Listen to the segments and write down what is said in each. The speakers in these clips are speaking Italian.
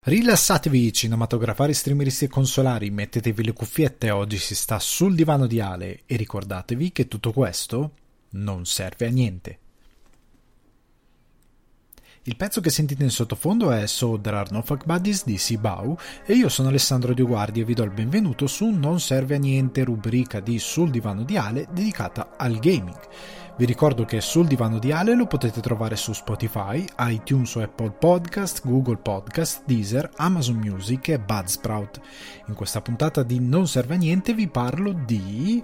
Rilassatevi cinematografari, streameristi e consolari, mettetevi le cuffiette, oggi si sta sul divano di Ale e ricordatevi che tutto questo non serve a niente. Il pezzo che sentite in sottofondo è So There Are No Fuck Buddies di Sibau e io sono Alessandro Dioguardi e vi do il benvenuto su Non Serve a Niente, rubrica di Sul Divano di Ale dedicata al gaming. Vi ricordo che Sul Divano di Ale lo potete trovare su Spotify, iTunes o Apple Podcast, Google Podcast, Deezer, Amazon Music e Buzzsprout. In questa puntata di Non Serve a Niente vi parlo di...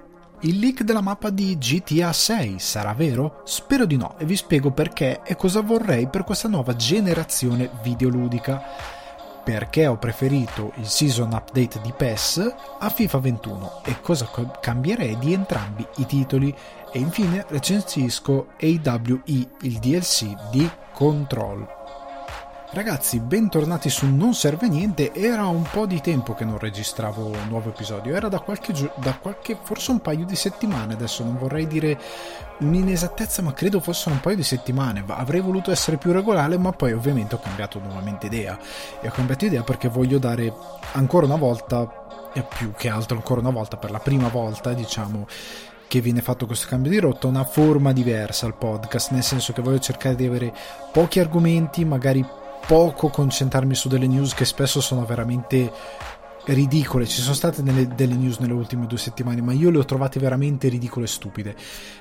il leak della mappa di GTA 6, sarà vero? Spero di no e vi spiego perché e cosa vorrei per questa nuova generazione videoludica. Perché ho preferito il Season Update di PES a FIFA 21 e cosa cambierei di entrambi i titoli. E infine recensisco AWE, il DLC di Control. Ragazzi, bentornati su Non Serve a Niente. Era un po' di tempo che non registravo un nuovo episodio, era da qualche forse un paio di settimane, adesso non vorrei dire un'inesattezza ma credo fossero un paio di settimane. Avrei voluto essere più regolare, ma poi ovviamente ho cambiato nuovamente idea e ho cambiato idea perché voglio dare ancora una volta, e più che altro ancora una volta, per la prima volta diciamo che viene fatto questo cambio di rotta, una forma diversa al podcast, nel senso che voglio cercare di avere pochi argomenti, magari poco concentrarmi su delle news che spesso sono veramente ridicole. Ci sono state delle news nelle ultime 2 settimane, ma io le ho trovate veramente ridicole e stupide.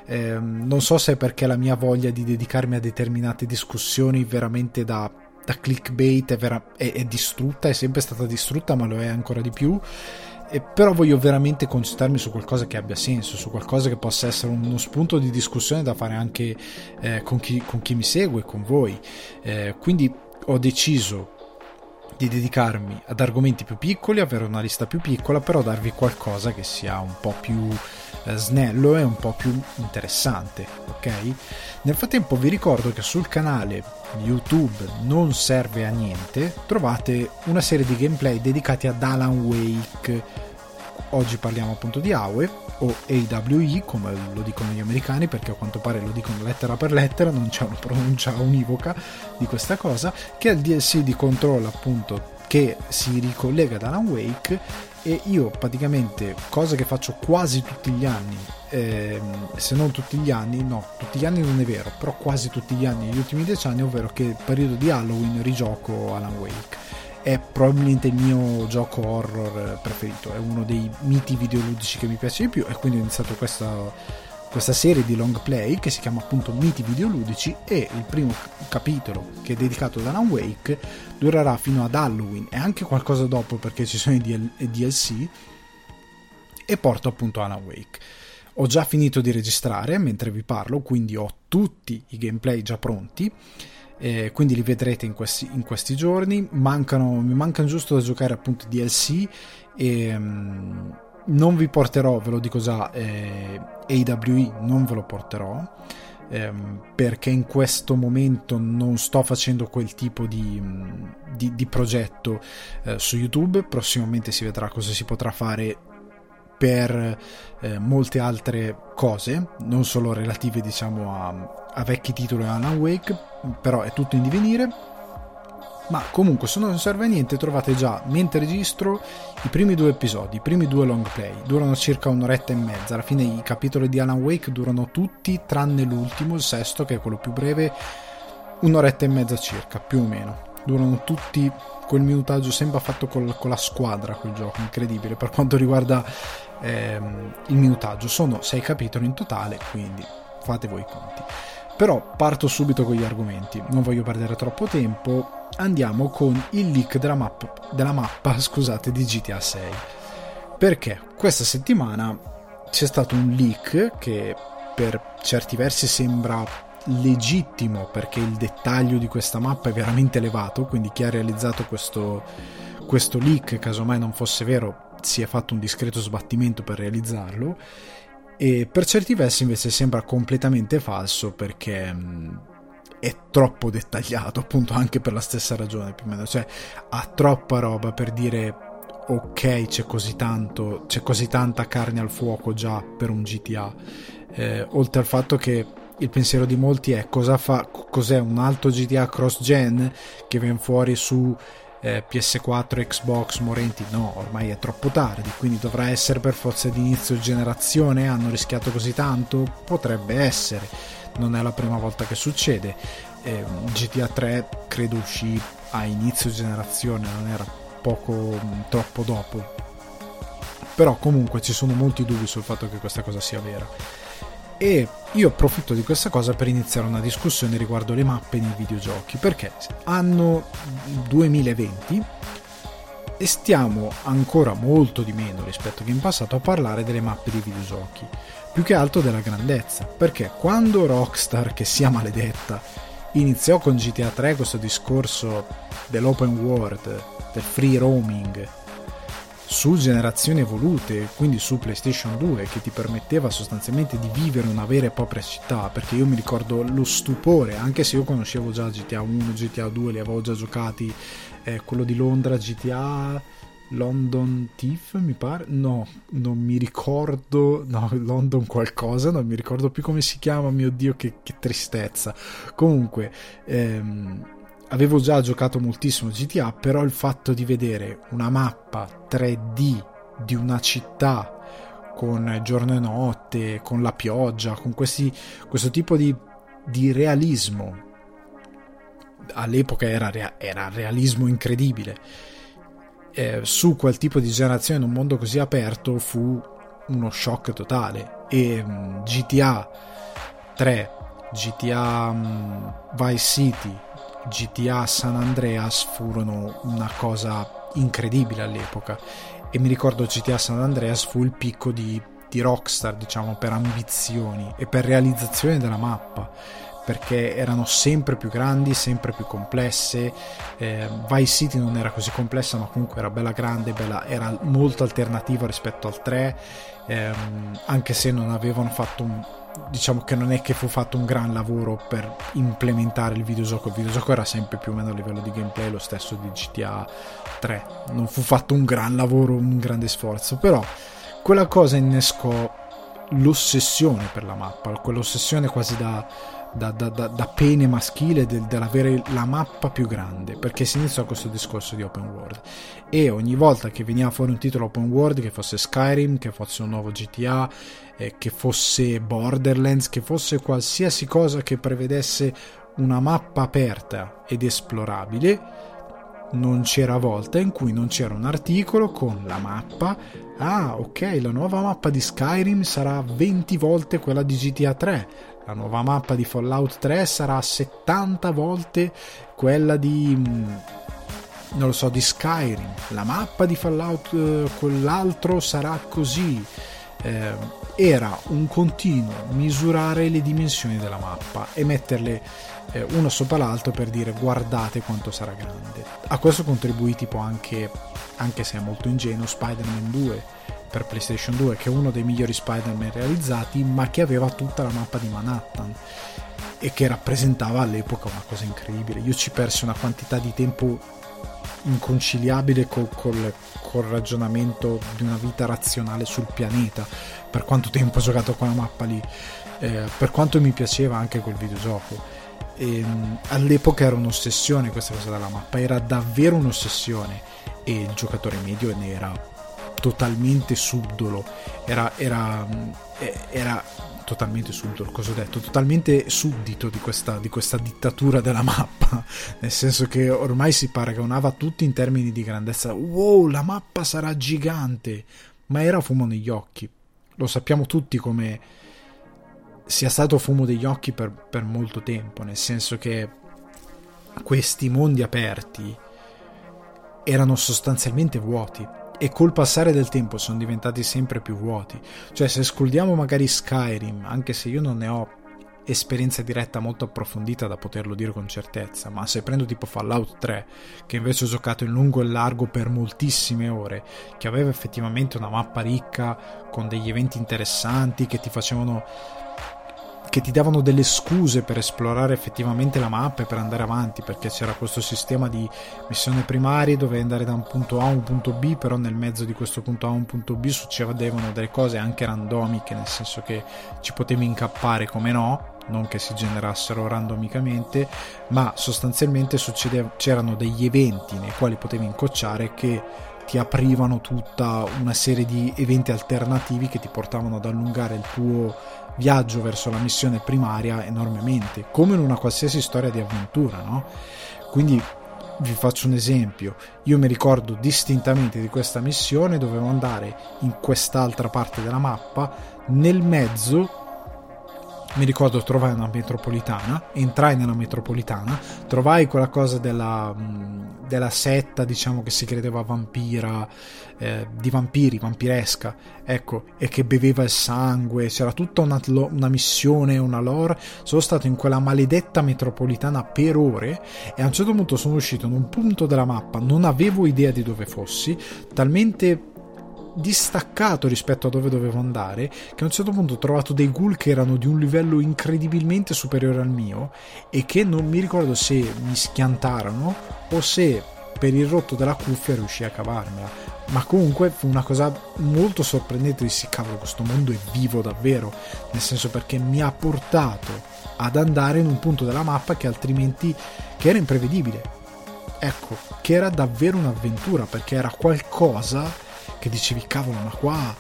Non so se è perché la mia voglia di dedicarmi a determinate discussioni veramente da clickbait è distrutta, è sempre stata distrutta, ma lo è ancora di più. Però voglio veramente concentrarmi su qualcosa che abbia senso, su qualcosa che possa essere uno spunto di discussione da fare anche con chi mi segue, con voi. Quindi ho deciso di dedicarmi ad argomenti più piccoli, avere una lista più piccola, però darvi qualcosa che sia un po' più snello e un po' più interessante, ok? Nel frattempo vi ricordo che sul canale YouTube Non Serve a Niente trovate una serie di gameplay dedicati ad Alan Wake. Oggi parliamo appunto di AWE o AWE come lo dicono gli americani, perché a quanto pare lo dicono lettera per lettera, non c'è una pronuncia univoca di questa cosa, che è il DLC di Control appunto che si ricollega ad Alan Wake. E io praticamente, cosa che faccio quasi tutti gli anni, se non tutti gli anni, no, tutti gli anni non è vero, però quasi tutti gli anni negli ultimi 10 anni, ovvero che il periodo di Halloween rigioco Alan Wake. È probabilmente il mio gioco horror preferito, è uno dei miti videoludici che mi piace di più, e quindi ho iniziato questa serie di long play che si chiama appunto Miti videoludici, e il primo capitolo, che è dedicato ad Alan Wake, durerà fino ad Halloween e anche qualcosa dopo, perché ci sono i DLC, e porto appunto Alan Wake. Ho già finito di registrare mentre vi parlo, quindi ho tutti i gameplay già pronti, quindi li vedrete in questi giorni. Mi mancano giusto da giocare appunto DLC, e non vi porterò, ve lo dico già, AWE non ve lo porterò, perché in questo momento non sto facendo quel tipo di progetto su YouTube. Prossimamente si vedrà cosa si potrà fare per molte altre cose, non solo relative diciamo a vecchi titoli Alan Wake, però è tutto in divenire. Ma comunque, se non serve a niente, trovate già, mentre registro, i primi 2 episodi, i primi 2 long play, durano circa un'oretta e mezza. Alla fine i capitoli di Alan Wake durano tutti, tranne l'ultimo, il sesto, che è quello più breve, un'oretta e mezza circa, più o meno. Durano tutti quel minutaggio, sembra fatto con la squadra quel gioco, incredibile per quanto riguarda il minutaggio. Sono 6 capitoli in totale, quindi fate voi i conti. Però parto subito con gli argomenti, non voglio perdere troppo tempo. Andiamo con il leak della mappa scusate, di GTA 6, perché questa settimana c'è stato un leak che per certi versi sembra legittimo, perché il dettaglio di questa mappa è veramente elevato, quindi chi ha realizzato questo leak, casomai non fosse vero, si è fatto un discreto sbattimento per realizzarlo. E per certi versi invece sembra completamente falso, perché è troppo dettagliato, appunto, anche per la stessa ragione più o meno, cioè ha troppa roba per dire ok, c'è così tanta carne al fuoco già per un GTA, oltre al fatto che il pensiero di molti è cos'è un altro GTA cross gen che viene fuori su PS4, Xbox morenti, no, ormai è troppo tardi, quindi dovrà essere per forza di inizio generazione. Hanno rischiato così tanto? Potrebbe essere, non è la prima volta che succede. GTA 3 credo uscì a inizio generazione, non era troppo dopo, però comunque ci sono molti dubbi sul fatto che questa cosa sia vera, e io approfitto di questa cosa per iniziare una discussione riguardo le mappe nei videogiochi, perché anno 2020 e stiamo ancora molto di meno rispetto che in passato a parlare delle mappe dei videogiochi, più che altro della grandezza, perché quando Rockstar, che sia maledetta, iniziò con GTA 3 questo discorso dell'open world, del free roaming su generazioni evolute, quindi su PlayStation 2, che ti permetteva sostanzialmente di vivere una vera e propria città, perché io mi ricordo lo stupore, anche se io conoscevo già GTA 1, GTA 2, li avevo già giocati, quello di Londra, GTA London Thief mi pare, no, non mi ricordo, no, London qualcosa, non mi ricordo più come si chiama, mio Dio, che tristezza. Comunque avevo già giocato moltissimo GTA, però il fatto di vedere una mappa 3D di una città con giorno e notte, con la pioggia, con questo tipo di realismo, all'epoca era realismo incredibile, su quel tipo di generazione in un mondo così aperto, fu uno shock totale. E GTA 3, GTA Vice City, GTA San Andreas furono una cosa incredibile all'epoca, e mi ricordo GTA San Andreas fu il picco di Rockstar, diciamo, per ambizioni e per realizzazione della mappa, perché erano sempre più grandi, sempre più complesse. Vice City non era così complessa, ma comunque era bella grande, era molto alternativa rispetto al 3, anche se non avevano fatto diciamo che non è che fu fatto un gran lavoro per implementare il videogioco era sempre più o meno a livello di gameplay lo stesso di GTA 3, non fu fatto un gran lavoro, un grande sforzo, però quella cosa innescò l'ossessione per la mappa, quell'ossessione quasi da pene maschile dell'avere la mappa più grande, perché si iniziò questo discorso di open world, e ogni volta che veniva fuori un titolo open world, che fosse Skyrim, che fosse un nuovo GTA, che fosse Borderlands, che fosse qualsiasi cosa che prevedesse una mappa aperta ed esplorabile, non c'era volta in cui non c'era un articolo con la mappa. Ah, ok, la nuova mappa di Skyrim sarà 20 volte quella di GTA 3, la nuova mappa di Fallout 3 sarà 70 volte quella di non lo so, di Skyrim, la mappa di Fallout quell'altro sarà così. Era un continuo misurare le dimensioni della mappa e metterle uno sopra l'altro per dire guardate quanto sarà grande. A questo contribuì tipo anche se è molto ingenuo, Spider-Man 2 per PlayStation 2, che è uno dei migliori Spider-Man realizzati, ma che aveva tutta la mappa di Manhattan e che rappresentava all'epoca una cosa incredibile. Io ci persi una quantità di tempo inconciliabile col ragionamento di una vita razionale sul pianeta, per quanto tempo ho giocato quella mappa lì, per quanto mi piaceva anche quel videogioco. All'epoca era un'ossessione questa cosa della mappa, era davvero un'ossessione, e il giocatore medio ne era totalmente subdolo, era totalmente subdolo, cosa ho detto? Totalmente suddito di questa dittatura della mappa, nel senso che ormai si paragonava tutto in termini di grandezza. Wow, la mappa sarà gigante, ma era fumo negli occhi. Lo sappiamo tutti come sia stato fumo degli occhi per molto tempo, nel senso che questi mondi aperti erano sostanzialmente vuoti, e col passare del tempo sono diventati sempre più vuoti. Cioè, se escludiamo magari Skyrim, anche se io non ne ho esperienza diretta molto approfondita da poterlo dire con certezza, ma se prendo tipo Fallout 3, che invece ho giocato in lungo e largo per moltissime ore, che aveva effettivamente una mappa ricca con degli eventi interessanti che ti facevano che ti davano delle scuse per esplorare effettivamente la mappa e per andare avanti, perché c'era questo sistema di missione primarie, dovevi andare da un punto A a un punto B, però nel mezzo di questo punto A a un punto B succedevano delle cose anche randomiche, nel senso che ci potevi incappare come no, non che si generassero randomicamente, ma sostanzialmente c'erano degli eventi nei quali potevi incocciare che ti aprivano tutta una serie di eventi alternativi che ti portavano ad allungare il tuo viaggio verso la missione primaria enormemente, come in una qualsiasi storia di avventura, no? Quindi vi faccio un esempio: io mi ricordo distintamente di questa missione, dovevo andare in quest'altra parte della mappa, nel mezzo mi ricordo trovai una metropolitana, entrai nella metropolitana, trovai quella cosa della setta, diciamo, che si credeva vampira, di vampiri, vampiresca, ecco, e che beveva il sangue, c'era tutta una missione, una lore. Sono stato in quella maledetta metropolitana per ore e a un certo punto sono uscito in un punto della mappa, non avevo idea di dove fossi, talmente distaccato rispetto a dove dovevo andare che a un certo punto ho trovato dei ghoul che erano di un livello incredibilmente superiore al mio e che non mi ricordo se mi schiantarono o se per il rotto della cuffia riuscii a cavarmela, ma comunque fu una cosa molto sorprendente. Dissi cavolo, questo mondo è vivo davvero, nel senso, perché mi ha portato ad andare in un punto della mappa che altrimenti che era imprevedibile, ecco, che era davvero un'avventura, perché era qualcosa che dicevi cavolo, ma qua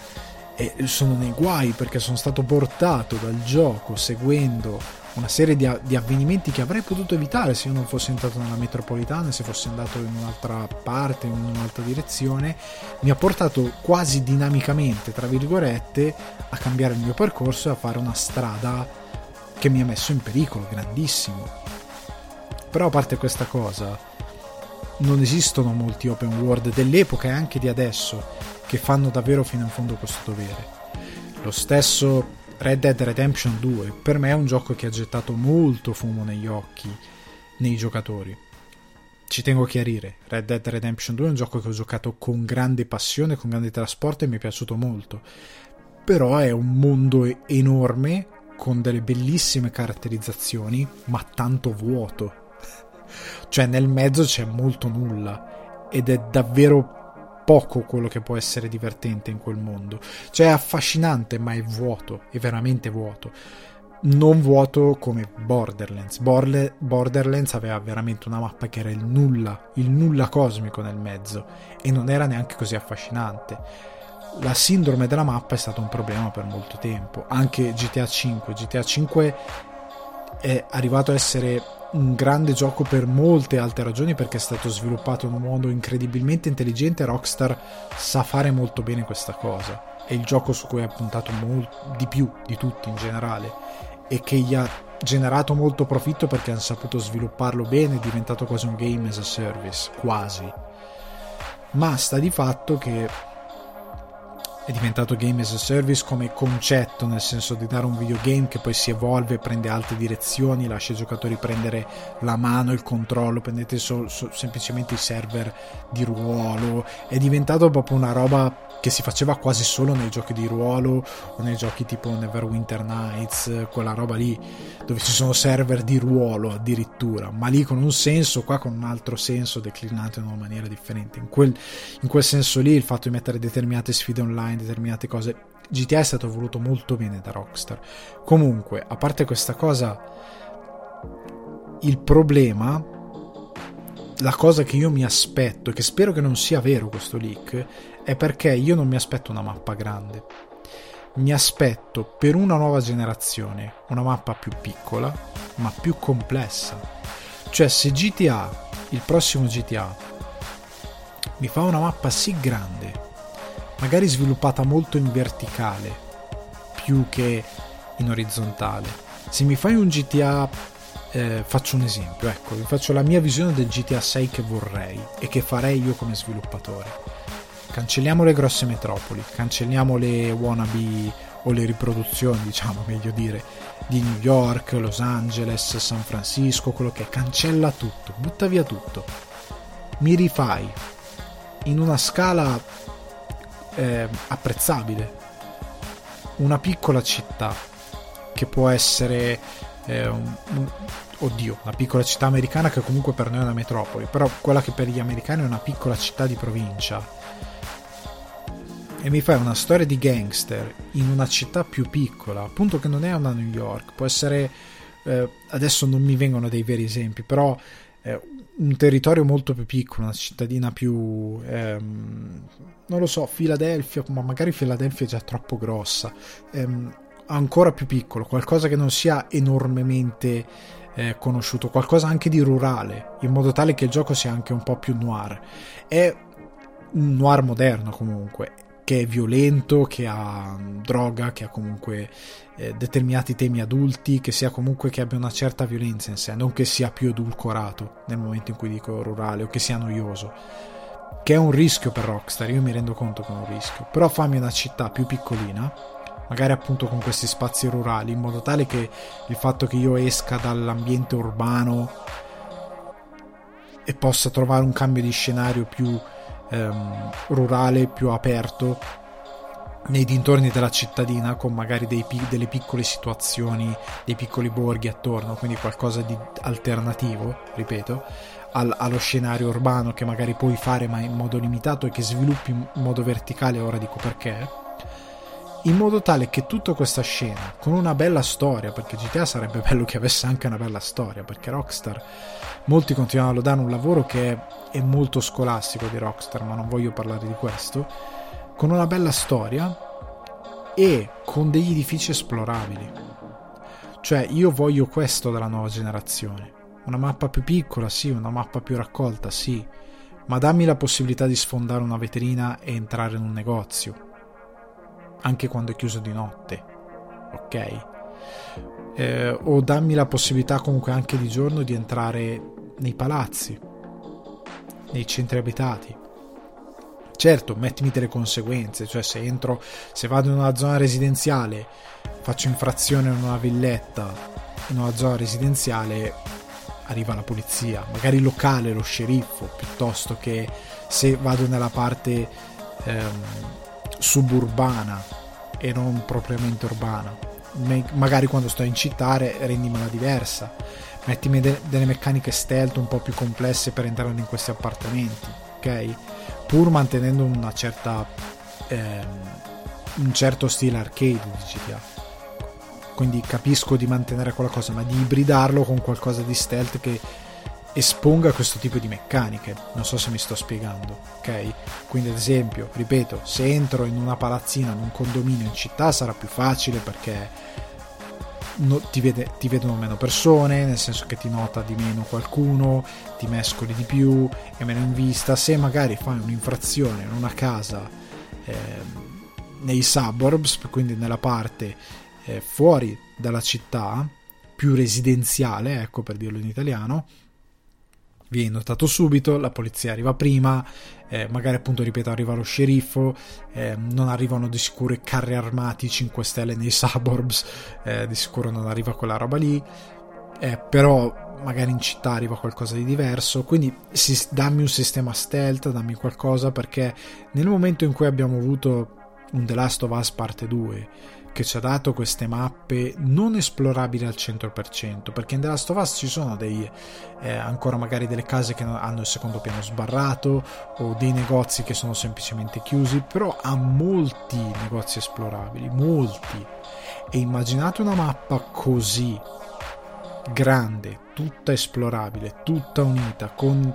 sono nei guai, perché sono stato portato dal gioco seguendo una serie di avvenimenti che avrei potuto evitare se io non fossi entrato nella metropolitana, se fossi andato in un'altra parte, in un'altra direzione. Mi ha portato quasi dinamicamente, tra virgolette, a cambiare il mio percorso e a fare una strada che mi ha messo in pericolo grandissimo. Però a parte questa cosa, non esistono molti open world dell'epoca e anche di adesso che fanno davvero fino in fondo questo dovere. Lo stesso Red Dead Redemption 2 per me è un gioco che ha gettato molto fumo negli occhi nei giocatori. Ci tengo a chiarire, Red Dead Redemption 2 è un gioco che ho giocato con grande passione, con grande trasporto e mi è piaciuto molto, però è un mondo enorme con delle bellissime caratterizzazioni, ma tanto vuoto. Cioè nel mezzo c'è molto nulla ed è davvero poco quello che può essere divertente in quel mondo. Cioè è affascinante, ma è vuoto, è veramente vuoto. Non vuoto come Borderlands. Borderlands aveva veramente una mappa che era il nulla cosmico nel mezzo e non era neanche così affascinante. La sindrome della mappa è stato un problema per molto tempo. Anche GTA 5 è arrivato a essere un grande gioco per molte altre ragioni, perché è stato sviluppato in un modo incredibilmente intelligente. Rockstar sa fare molto bene questa cosa, è il gioco su cui ha puntato di più di tutti in generale e che gli ha generato molto profitto perché hanno saputo svilupparlo bene, è diventato quasi un game as a service, quasi, ma sta di fatto che è diventato game as a service come concetto, nel senso di dare un videogame che poi si evolve, prende altre direzioni, lascia i giocatori prendere la mano, il controllo, prendete semplicemente i server di ruolo. È diventato proprio una roba che si faceva quasi solo nei giochi di ruolo o nei giochi tipo Neverwinter Nights, quella roba lì dove ci sono server di ruolo addirittura, ma lì con un senso, qua con un altro senso declinato in una maniera differente. In quel senso lì il fatto di mettere determinate sfide online, determinate cose, GTA è stato voluto molto bene da Rockstar. Comunque, a parte questa cosa, il problema, la cosa che io mi aspetto, e che spero che non sia vero questo leak, è perché io non mi aspetto una mappa grande, mi aspetto per una nuova generazione una mappa più piccola ma più complessa. Cioè se GTA, il prossimo GTA, mi fa una mappa sì grande, magari sviluppata molto in verticale più che in orizzontale, se mi fai un GTA, faccio un esempio, ecco, vi faccio la mia visione del GTA 6 che vorrei e che farei io come sviluppatore. Cancelliamo le grosse metropoli, cancelliamo le wannabe o le riproduzioni, diciamo, meglio dire, di New York, Los Angeles, San Francisco, quello che è, cancella tutto, butta via tutto, mi rifai in una scala apprezzabile una piccola città che può essere oddio, una piccola città americana che comunque per noi è una metropoli, però quella che per gli americani è una piccola città di provincia, e mi fai una storia di gangster in una città più piccola, appunto, che non è una New York, può essere adesso non mi vengono dei veri esempi, però un territorio molto più piccolo, una cittadina più non lo so, Filadelfia, ma magari Filadelfia è già troppo grossa, ancora più piccolo, qualcosa che non sia enormemente conosciuto, qualcosa anche di rurale, in modo tale che il gioco sia anche un po' più noir. È un noir moderno comunque, che è violento, che ha droga, che ha comunque determinati temi adulti, che sia comunque che abbia una certa violenza in sé, non che sia più edulcorato nel momento in cui dico rurale, o che sia noioso, che è un rischio per Rockstar, io mi rendo conto che è un rischio, però fammi una città più piccolina, magari appunto con questi spazi rurali, in modo tale che il fatto che io esca dall'ambiente urbano e possa trovare un cambio di scenario più rurale, più aperto nei dintorni della cittadina, con magari delle piccole situazioni, dei piccoli borghi attorno, quindi qualcosa di alternativo, ripeto, allo scenario urbano, che magari puoi fare ma in modo limitato e che sviluppi in modo verticale, ora dico perché, in modo tale che tutta questa scena con una bella storia, perché GTA sarebbe bello che avesse anche una bella storia, perché Rockstar, molti continuano a lodare un lavoro che è molto scolastico di Rockstar, ma non voglio parlare di questo, con una bella storia e con degli edifici esplorabili. Cioè, io voglio questo dalla nuova generazione, una mappa più piccola, sì, una mappa più raccolta, sì, ma dammi la possibilità di sfondare una vetrina e entrare in un negozio anche quando è chiuso di notte, ok? O dammi la possibilità comunque anche di giorno di entrare nei palazzi, nei centri abitati. Certo, mettimi delle conseguenze, cioè se vado in una zona residenziale, faccio infrazione in una villetta in una zona residenziale, arriva la polizia, magari locale, lo sceriffo, piuttosto che se vado nella parte suburbana e non propriamente urbana. Magari quando sto in città rendimela diversa, mettimi delle meccaniche stealth un po' più complesse per entrare in questi appartamenti, ok? Pur mantenendo una certa un certo stile arcade di GTA, quindi capisco di mantenere quella cosa, ma di ibridarlo con qualcosa di stealth che esponga questo tipo di meccaniche. Non so se mi sto spiegando, ok? Quindi ad esempio, ripeto, se entro in una palazzina, in un condominio in città, sarà più facile perché ti vedono meno persone, nel senso che ti nota di meno qualcuno, ti mescoli di più, è meno in vista. Se magari fai un'infrazione in una casa nei suburbs, quindi nella parte fuori dalla città, più residenziale, ecco, per dirlo in italiano, vieni notato subito, la polizia arriva prima, magari appunto, ripeto, arriva lo sceriffo, non arrivano di sicuro i carri armati 5 stelle nei suburbs, di sicuro non arriva quella roba lì, però magari in città arriva qualcosa di diverso, quindi dammi un sistema stealth, dammi qualcosa, perché nel momento in cui abbiamo avuto un The Last of Us parte 2 che ci ha dato queste mappe non esplorabili al 100%, perché in The Last of Us ci sono ancora magari delle case che hanno il secondo piano sbarrato, o dei negozi che sono semplicemente chiusi, però ha molti negozi esplorabili, molti. E immaginate una mappa così grande, tutta esplorabile, tutta unita, con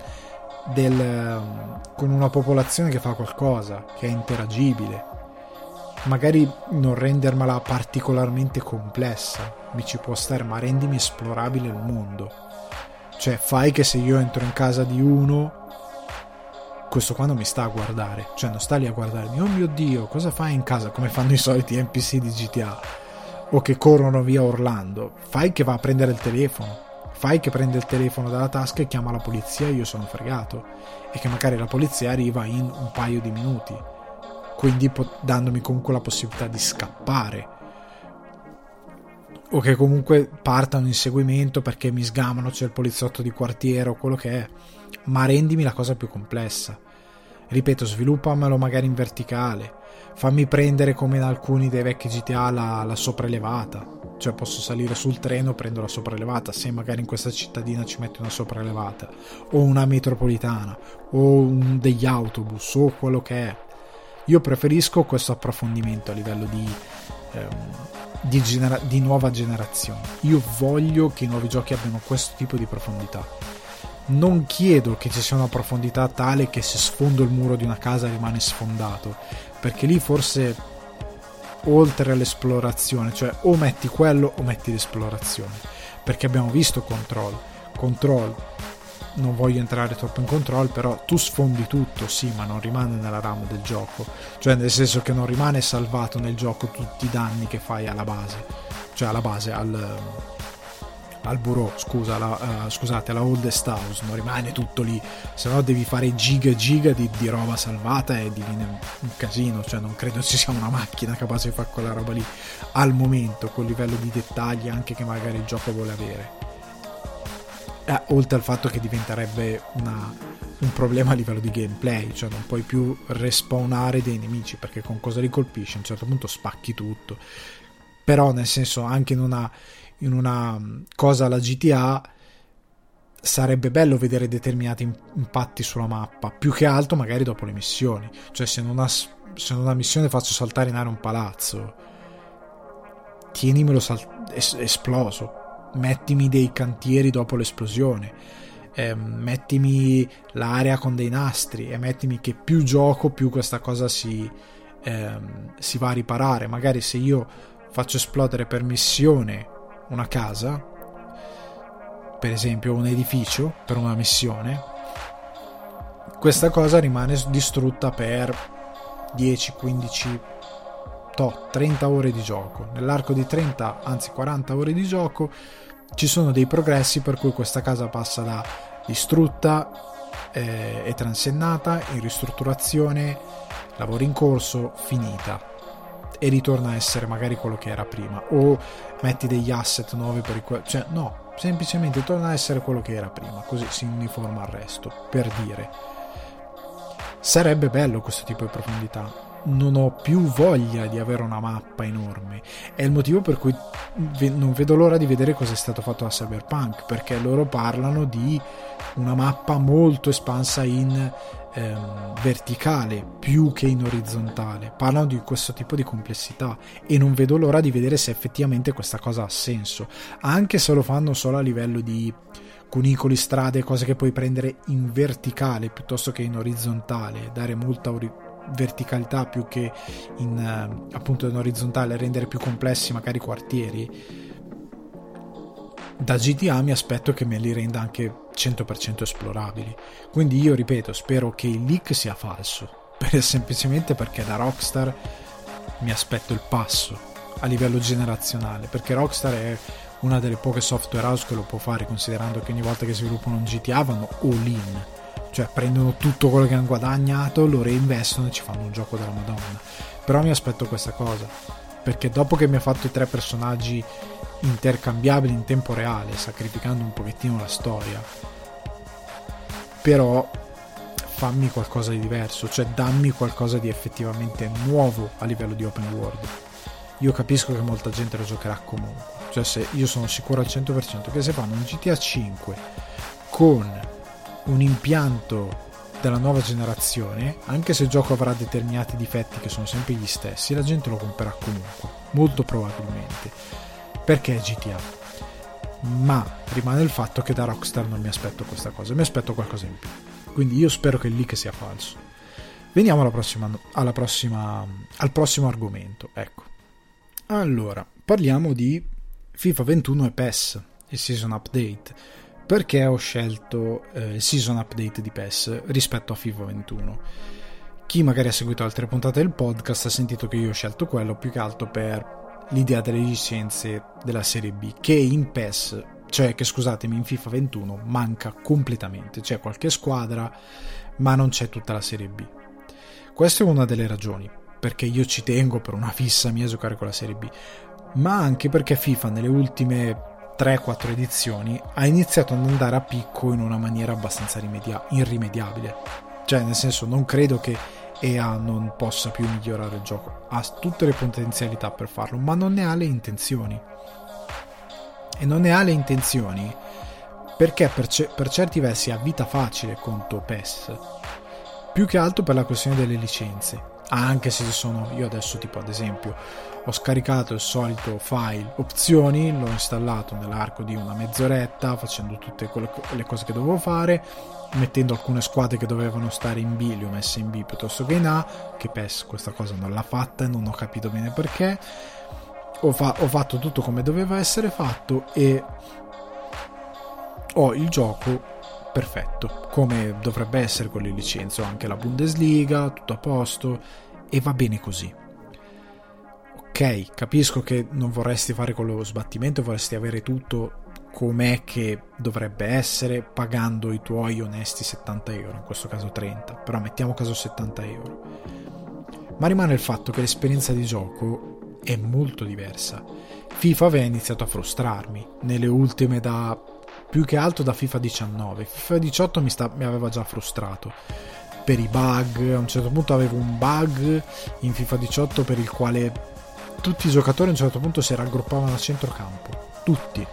una popolazione che fa qualcosa, che è interagibile. Magari non rendermela particolarmente complessa, mi ci può stare, ma rendimi esplorabile il mondo. Cioè, fai che se io entro in casa di uno, questo qua non mi sta a guardare, cioè non sta lì a guardarmi, oh mio Dio, cosa fai in casa, come fanno i soliti NPC di GTA, o che corrono via urlando. Fai che va a prendere il telefono, fai che prende il telefono dalla tasca e chiama la polizia, io sono fregato, e che magari la polizia arriva in un paio di minuti, quindi dandomi comunque la possibilità di scappare, o che comunque partano in inseguimento perché mi sgamano, c'è il poliziotto di quartiere o quello che è, ma rendimi la cosa più complessa. Ripeto, sviluppamelo magari in verticale, fammi prendere come in alcuni dei vecchi GTA la sopraelevata, cioè posso salire sul treno, prendo la sopraelevata, se magari in questa cittadina ci metti una sopraelevata o una metropolitana o degli autobus o quello che è. Io preferisco questo approfondimento a livello di nuova generazione. Io voglio che i nuovi giochi abbiano questo tipo di profondità. Non chiedo che ci sia una profondità tale che se sfondo il muro di una casa rimane sfondato, perché lì forse oltre all'esplorazione, cioè o metti quello o metti l'esplorazione, perché abbiamo visto Control, non voglio entrare troppo in Control, però tu sfondi tutto, sì, ma non rimane nella RAM del gioco, cioè nel senso che non rimane salvato nel gioco tutti i danni che fai alla base, cioè alla base, al bureau, scusate, alla oldest house, non rimane tutto lì, se no devi fare giga e giga di roba salvata e diviene un casino, cioè non credo ci sia una macchina capace di fare quella roba lì al momento, col livello di dettagli anche che magari il gioco vuole avere. Oltre al fatto che diventerebbe un problema a livello di gameplay, cioè non puoi più respawnare dei nemici, perché con cosa li colpisci a un certo punto spacchi tutto. Però nel senso, anche in una cosa alla GTA sarebbe bello vedere determinati impatti sulla mappa, più che altro magari dopo le missioni, cioè se in una missione faccio saltare in aria un palazzo, tienimelo esploso, mettimi dei cantieri dopo l'esplosione, mettimi l'area con dei nastri e mettimi che più gioco più questa cosa si va a riparare. Magari se io faccio esplodere per missione una casa, per esempio un edificio per una missione, questa cosa rimane distrutta per 10, 15, 30 ore di gioco. Nell'arco di 30, anzi 40 ore di gioco ci sono dei progressi per cui questa casa passa da distrutta e transennata in ristrutturazione, lavori in corso, finita, e ritorna a essere magari quello che era prima, o metti degli asset nuovi cioè no, semplicemente torna a essere quello che era prima, così si uniforma al resto, per dire. Sarebbe bello questo tipo di profondità. Non ho più voglia di avere una mappa enorme, è il motivo per cui non vedo l'ora di vedere cosa è stato fatto da Cyberpunk, perché loro parlano di una mappa molto espansa in verticale più che in orizzontale, parlano di questo tipo di complessità e non vedo l'ora di vedere se effettivamente questa cosa ha senso, anche se lo fanno solo a livello di cunicoli, strade, cose che puoi prendere in verticale piuttosto che in orizzontale, dare molta verticalità più che appunto in orizzontale, rendere più complessi magari quartieri. Da GTA mi aspetto che me li renda anche 100% esplorabili, quindi io ripeto, spero che il leak sia falso, semplicemente perché da Rockstar mi aspetto il passo a livello generazionale, perché Rockstar è una delle poche software house che lo può fare, considerando che ogni volta che sviluppano un GTA vanno all in, cioè prendono tutto quello che hanno guadagnato, lo reinvestono e ci fanno un gioco della Madonna. Però mi aspetto questa cosa, perché dopo che mi ha fatto i 3 personaggi intercambiabili in tempo reale, sacrificando un pochettino la storia, però fammi qualcosa di diverso, cioè dammi qualcosa di effettivamente nuovo a livello di open world. Io capisco che molta gente lo giocherà comunque, cioè se io sono sicuro al 100% che se fanno un GTA 5 con un impianto della nuova generazione, anche se il gioco avrà determinati difetti che sono sempre gli stessi, la gente lo comprerà comunque, molto probabilmente, perché è GTA. Ma rimane il fatto che da Rockstar non mi aspetto questa cosa, mi aspetto qualcosa in più, quindi io spero che il leak sia falso. Veniamo al prossimo argomento. Ecco, allora parliamo di FIFA 21 e PES, il Season Update. Perché ho scelto il Season Update di PES rispetto a FIFA 21? Chi magari ha seguito altre puntate del podcast ha sentito che io ho scelto quello più che altro per l'idea delle licenze della Serie B, che in PES, cioè che scusatemi, in FIFA 21 manca completamente. C'è qualche squadra ma non c'è tutta la Serie B. Questa è una delle ragioni perché io ci tengo per una fissa mia a giocare con la Serie B, ma anche perché FIFA nelle ultime 3-4 edizioni ha iniziato ad andare a picco in una maniera abbastanza irrimediabile. Cioè, nel senso, non credo che EA non possa più migliorare il gioco. Ha tutte le potenzialità per farlo, ma non ne ha le intenzioni. E non ne ha le intenzioni perché per certi versi ha vita facile contro PES, più che altro per la questione delle licenze. Anche se io adesso, tipo, ad esempio, ho scaricato il solito file opzioni, l'ho installato nell'arco di una mezz'oretta, facendo tutte le cose che dovevo fare, mettendo alcune squadre che dovevano stare in B, le ho messe in B piuttosto che in A, che PES questa cosa non l'ha fatta e non ho capito bene perché. Ho fatto tutto come doveva essere fatto e ho il gioco perfetto, come dovrebbe essere con le licenze. Ho anche la Bundesliga, tutto a posto, e va bene così. Ok, capisco che non vorresti fare con lo sbattimento, vorresti avere tutto com'è che dovrebbe essere, pagando i tuoi onesti 70 euro, in questo caso 30, però mettiamo caso 70 euro. Ma rimane il fatto che l'esperienza di gioco è molto diversa. FIFA aveva iniziato a frustrarmi nelle ultime, più che altro da FIFA 19. FIFA 18 mi aveva già frustrato per i bug. A un certo punto avevo un bug in FIFA 18 per il quale tutti i giocatori a un certo punto si raggruppavano a centrocampo, tutti,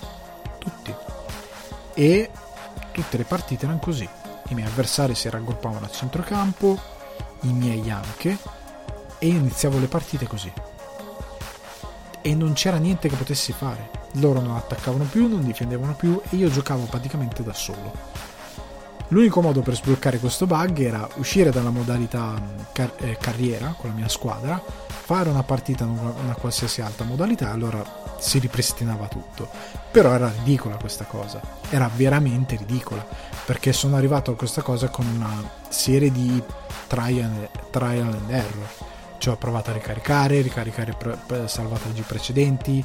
e tutte le partite erano così. I miei avversari si raggruppavano a centrocampo, i miei anche, e io iniziavo le partite così e non c'era niente che potessi fare. Loro non attaccavano più, non difendevano più e io giocavo praticamente da solo. L'unico modo per sbloccare questo bug era uscire dalla modalità carriera con la mia squadra, fare una partita in una qualsiasi altra modalità, e allora si ripristinava tutto. Però era ridicola questa cosa, era veramente ridicola, perché sono arrivato a questa cosa con una serie di trial and error. Cioè ho provato a ricaricare salvataggi precedenti,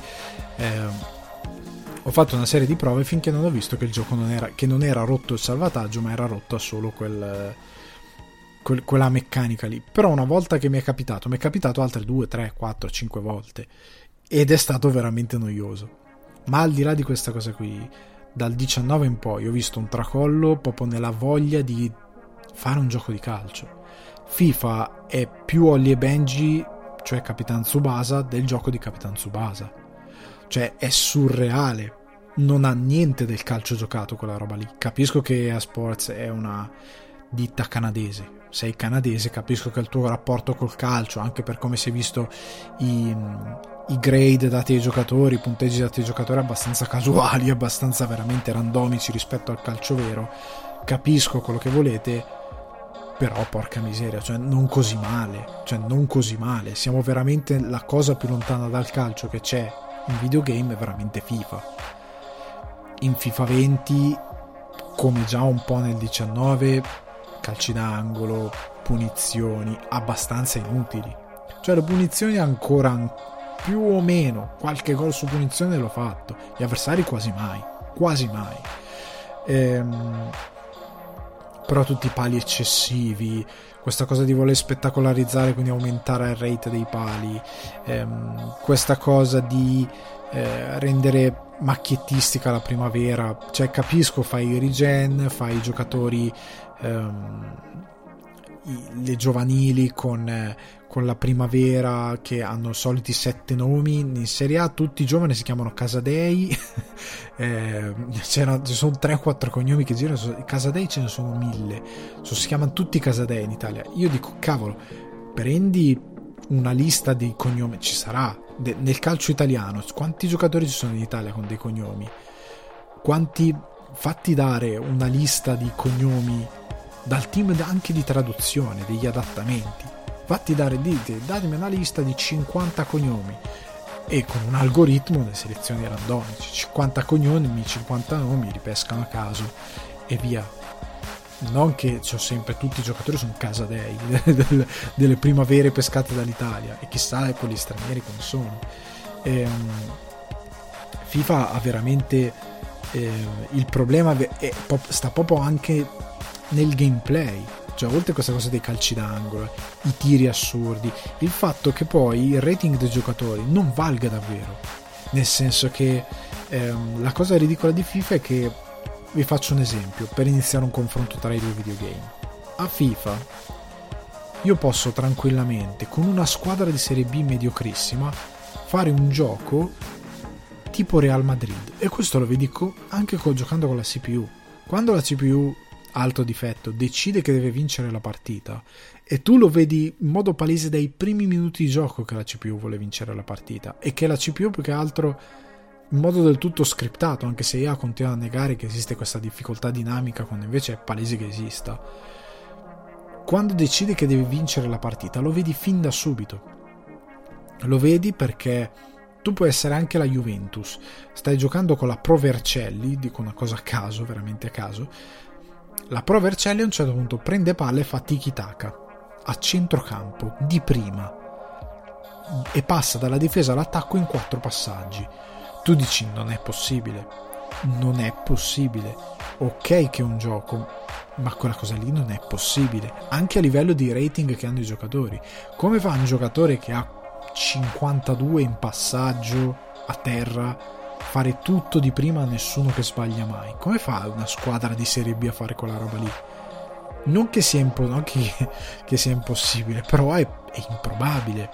ho fatto una serie di prove finché non ho visto che il gioco non era rotto il salvataggio, ma era rotta solo quella meccanica lì. Però una volta che mi è capitato altre 2, 3, 4, 5 volte ed è stato veramente noioso. Ma al di là di questa cosa qui, dal 19 in poi ho visto un tracollo proprio nella voglia di fare un gioco di calcio. FIFA è più Holly e Benji, cioè Capitan Tsubasa, del gioco di Capitan Tsubasa. Cioè è surreale, non ha niente del calcio giocato quella roba lì. Capisco che EA Sports è una ditta canadese, sei canadese, capisco che il tuo rapporto col calcio, anche per come si è visto i grade dati ai giocatori, i punteggi dati ai giocatori, abbastanza casuali, abbastanza veramente randomici rispetto al calcio vero. Capisco quello che volete, però porca miseria, cioè non così male, siamo veramente, la cosa più lontana dal calcio che c'è in videogame è veramente FIFA. In FIFA 20, come già un po' nel 19, calci d'angolo, punizioni abbastanza inutili, cioè le punizioni ancora più o meno qualche gol su punizione l'ho fatto, gli avversari quasi mai. Però tutti i pali eccessivi, questa cosa di voler spettacolarizzare, quindi aumentare il rate dei pali, questa cosa di rendere macchiettistica la primavera. Cioè capisco, fai i regen, fai i giocatori le giovanili con la primavera che hanno i soliti 7 nomi. In Serie A tutti i giovani si chiamano Casadei. Ci sono 3-4 cognomi che girano, Casadei ce ne sono 1000, si chiamano tutti Casadei in Italia. Io dico, cavolo, prendi una lista di cognomi, ci sarà nel calcio italiano, quanti giocatori ci sono in Italia con dei cognomi, fatti dare una lista di cognomi dal team anche di traduzione, degli adattamenti, datemi una lista di 50 cognomi e con un algoritmo le selezioni randomici, 50 cognomi, 50 nomi, li pescano a caso e via. Non che c'ho sempre tutti i giocatori sono Casadei delle primavere pescate dall'Italia, e chissà quelli stranieri come sono. FIFA ha veramente il problema sta proprio anche nel gameplay, cioè oltre a questa cosa dei calci d'angolo, i tiri assurdi, il fatto che poi il rating dei giocatori non valga davvero, nel senso che la cosa ridicola di FIFA è che, vi faccio un esempio per iniziare un confronto tra i due videogame. a FIFA io posso tranquillamente, con una squadra di Serie B mediocrissima, fare un gioco tipo Real Madrid, e questo lo vedi anche giocando con la CPU. Quando la CPU alto difetto decide che deve vincere la partita, e tu lo vedi in modo palese dai primi minuti di gioco che la CPU vuole vincere la partita, e che la CPU più che altro in modo del tutto scriptato, anche se EA continua a negare che esiste questa difficoltà dinamica quando invece è palese che esista. Quando decide che deve vincere la partita lo vedi fin da subito, lo vedi perché tu puoi essere anche la Juventus, stai giocando con la Pro Vercelli, dico una cosa a caso, veramente a caso, la Pro Vercelli a un certo punto prende palla e fa tiki-taka a centrocampo di prima e passa dalla difesa all'attacco in 4 passaggi. Tu dici non è possibile, ok che è un gioco, ma quella cosa lì non è possibile, anche a livello di rating che hanno i giocatori. Come fa un giocatore che ha 52 in passaggio a terra fare tutto di prima, nessuno che sbaglia mai? Come fa una squadra di Serie B a fare quella roba lì? Non che sia, che sia impossibile, però è improbabile,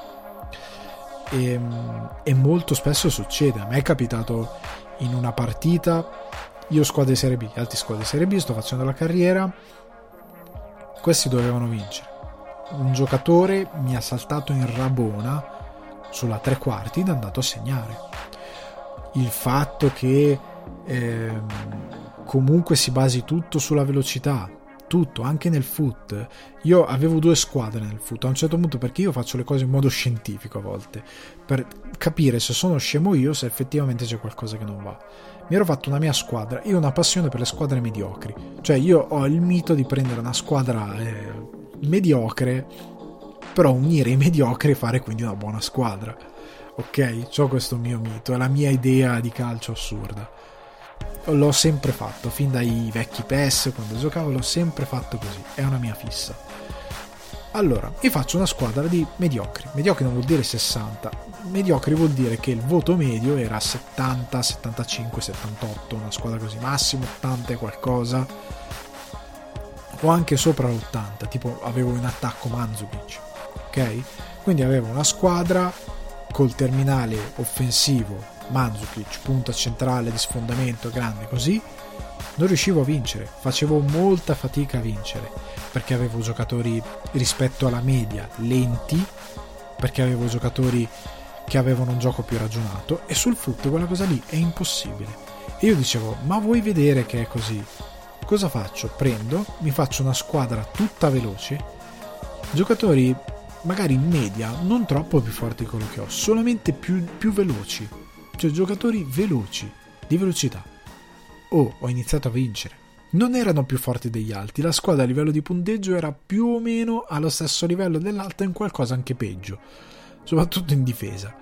e molto spesso succede. A me è capitato in una partita, io squadre Serie B, altri squadre Serie B, sto facendo la carriera, questi dovevano vincere, un giocatore mi ha saltato in rabona sulla 3/4 ed è andato a segnare. Il fatto che comunque si basi tutto sulla velocità, tutto, anche nel foot. Io avevo 2 squadre nel foot a un certo punto, perché io faccio le cose in modo scientifico a volte, per capire se sono scemo io, se effettivamente c'è qualcosa che non va. Mi ero fatto una mia squadra, io ho una passione per le squadre mediocri, cioè io ho il mito di prendere una squadra mediocre, però unire i mediocri e fare quindi una buona squadra, ok? C'ho questo mio mito, è la mia idea di calcio assurda, l'ho sempre fatto fin dai vecchi PES, quando giocavo l'ho sempre fatto così, è una mia fissa. Allora io faccio una squadra di mediocri non vuol dire 60, mediocri vuol dire che il voto medio era 70, 75, 78, una squadra così, massimo 80 e qualcosa, o anche sopra l'80, tipo avevo in attacco Mandzukic, ok? Quindi avevo una squadra col terminale offensivo Mandzukic, punta centrale di sfondamento grande, così non riuscivo a vincere, facevo molta fatica a vincere, perché avevo giocatori rispetto alla media lenti, perché avevo giocatori che avevano un gioco più ragionato, e sul foot quella cosa lì è impossibile. E io dicevo, ma vuoi vedere che è così? Cosa faccio? Prendo, mi faccio una squadra tutta veloce, giocatori magari in media non troppo più forti di quello che ho, solamente più veloci, cioè giocatori veloci, di velocità. Ho iniziato a vincere. Non erano più forti degli altri, la squadra a livello di punteggio era più o meno allo stesso livello dell'altra, in qualcosa anche peggio, soprattutto in difesa,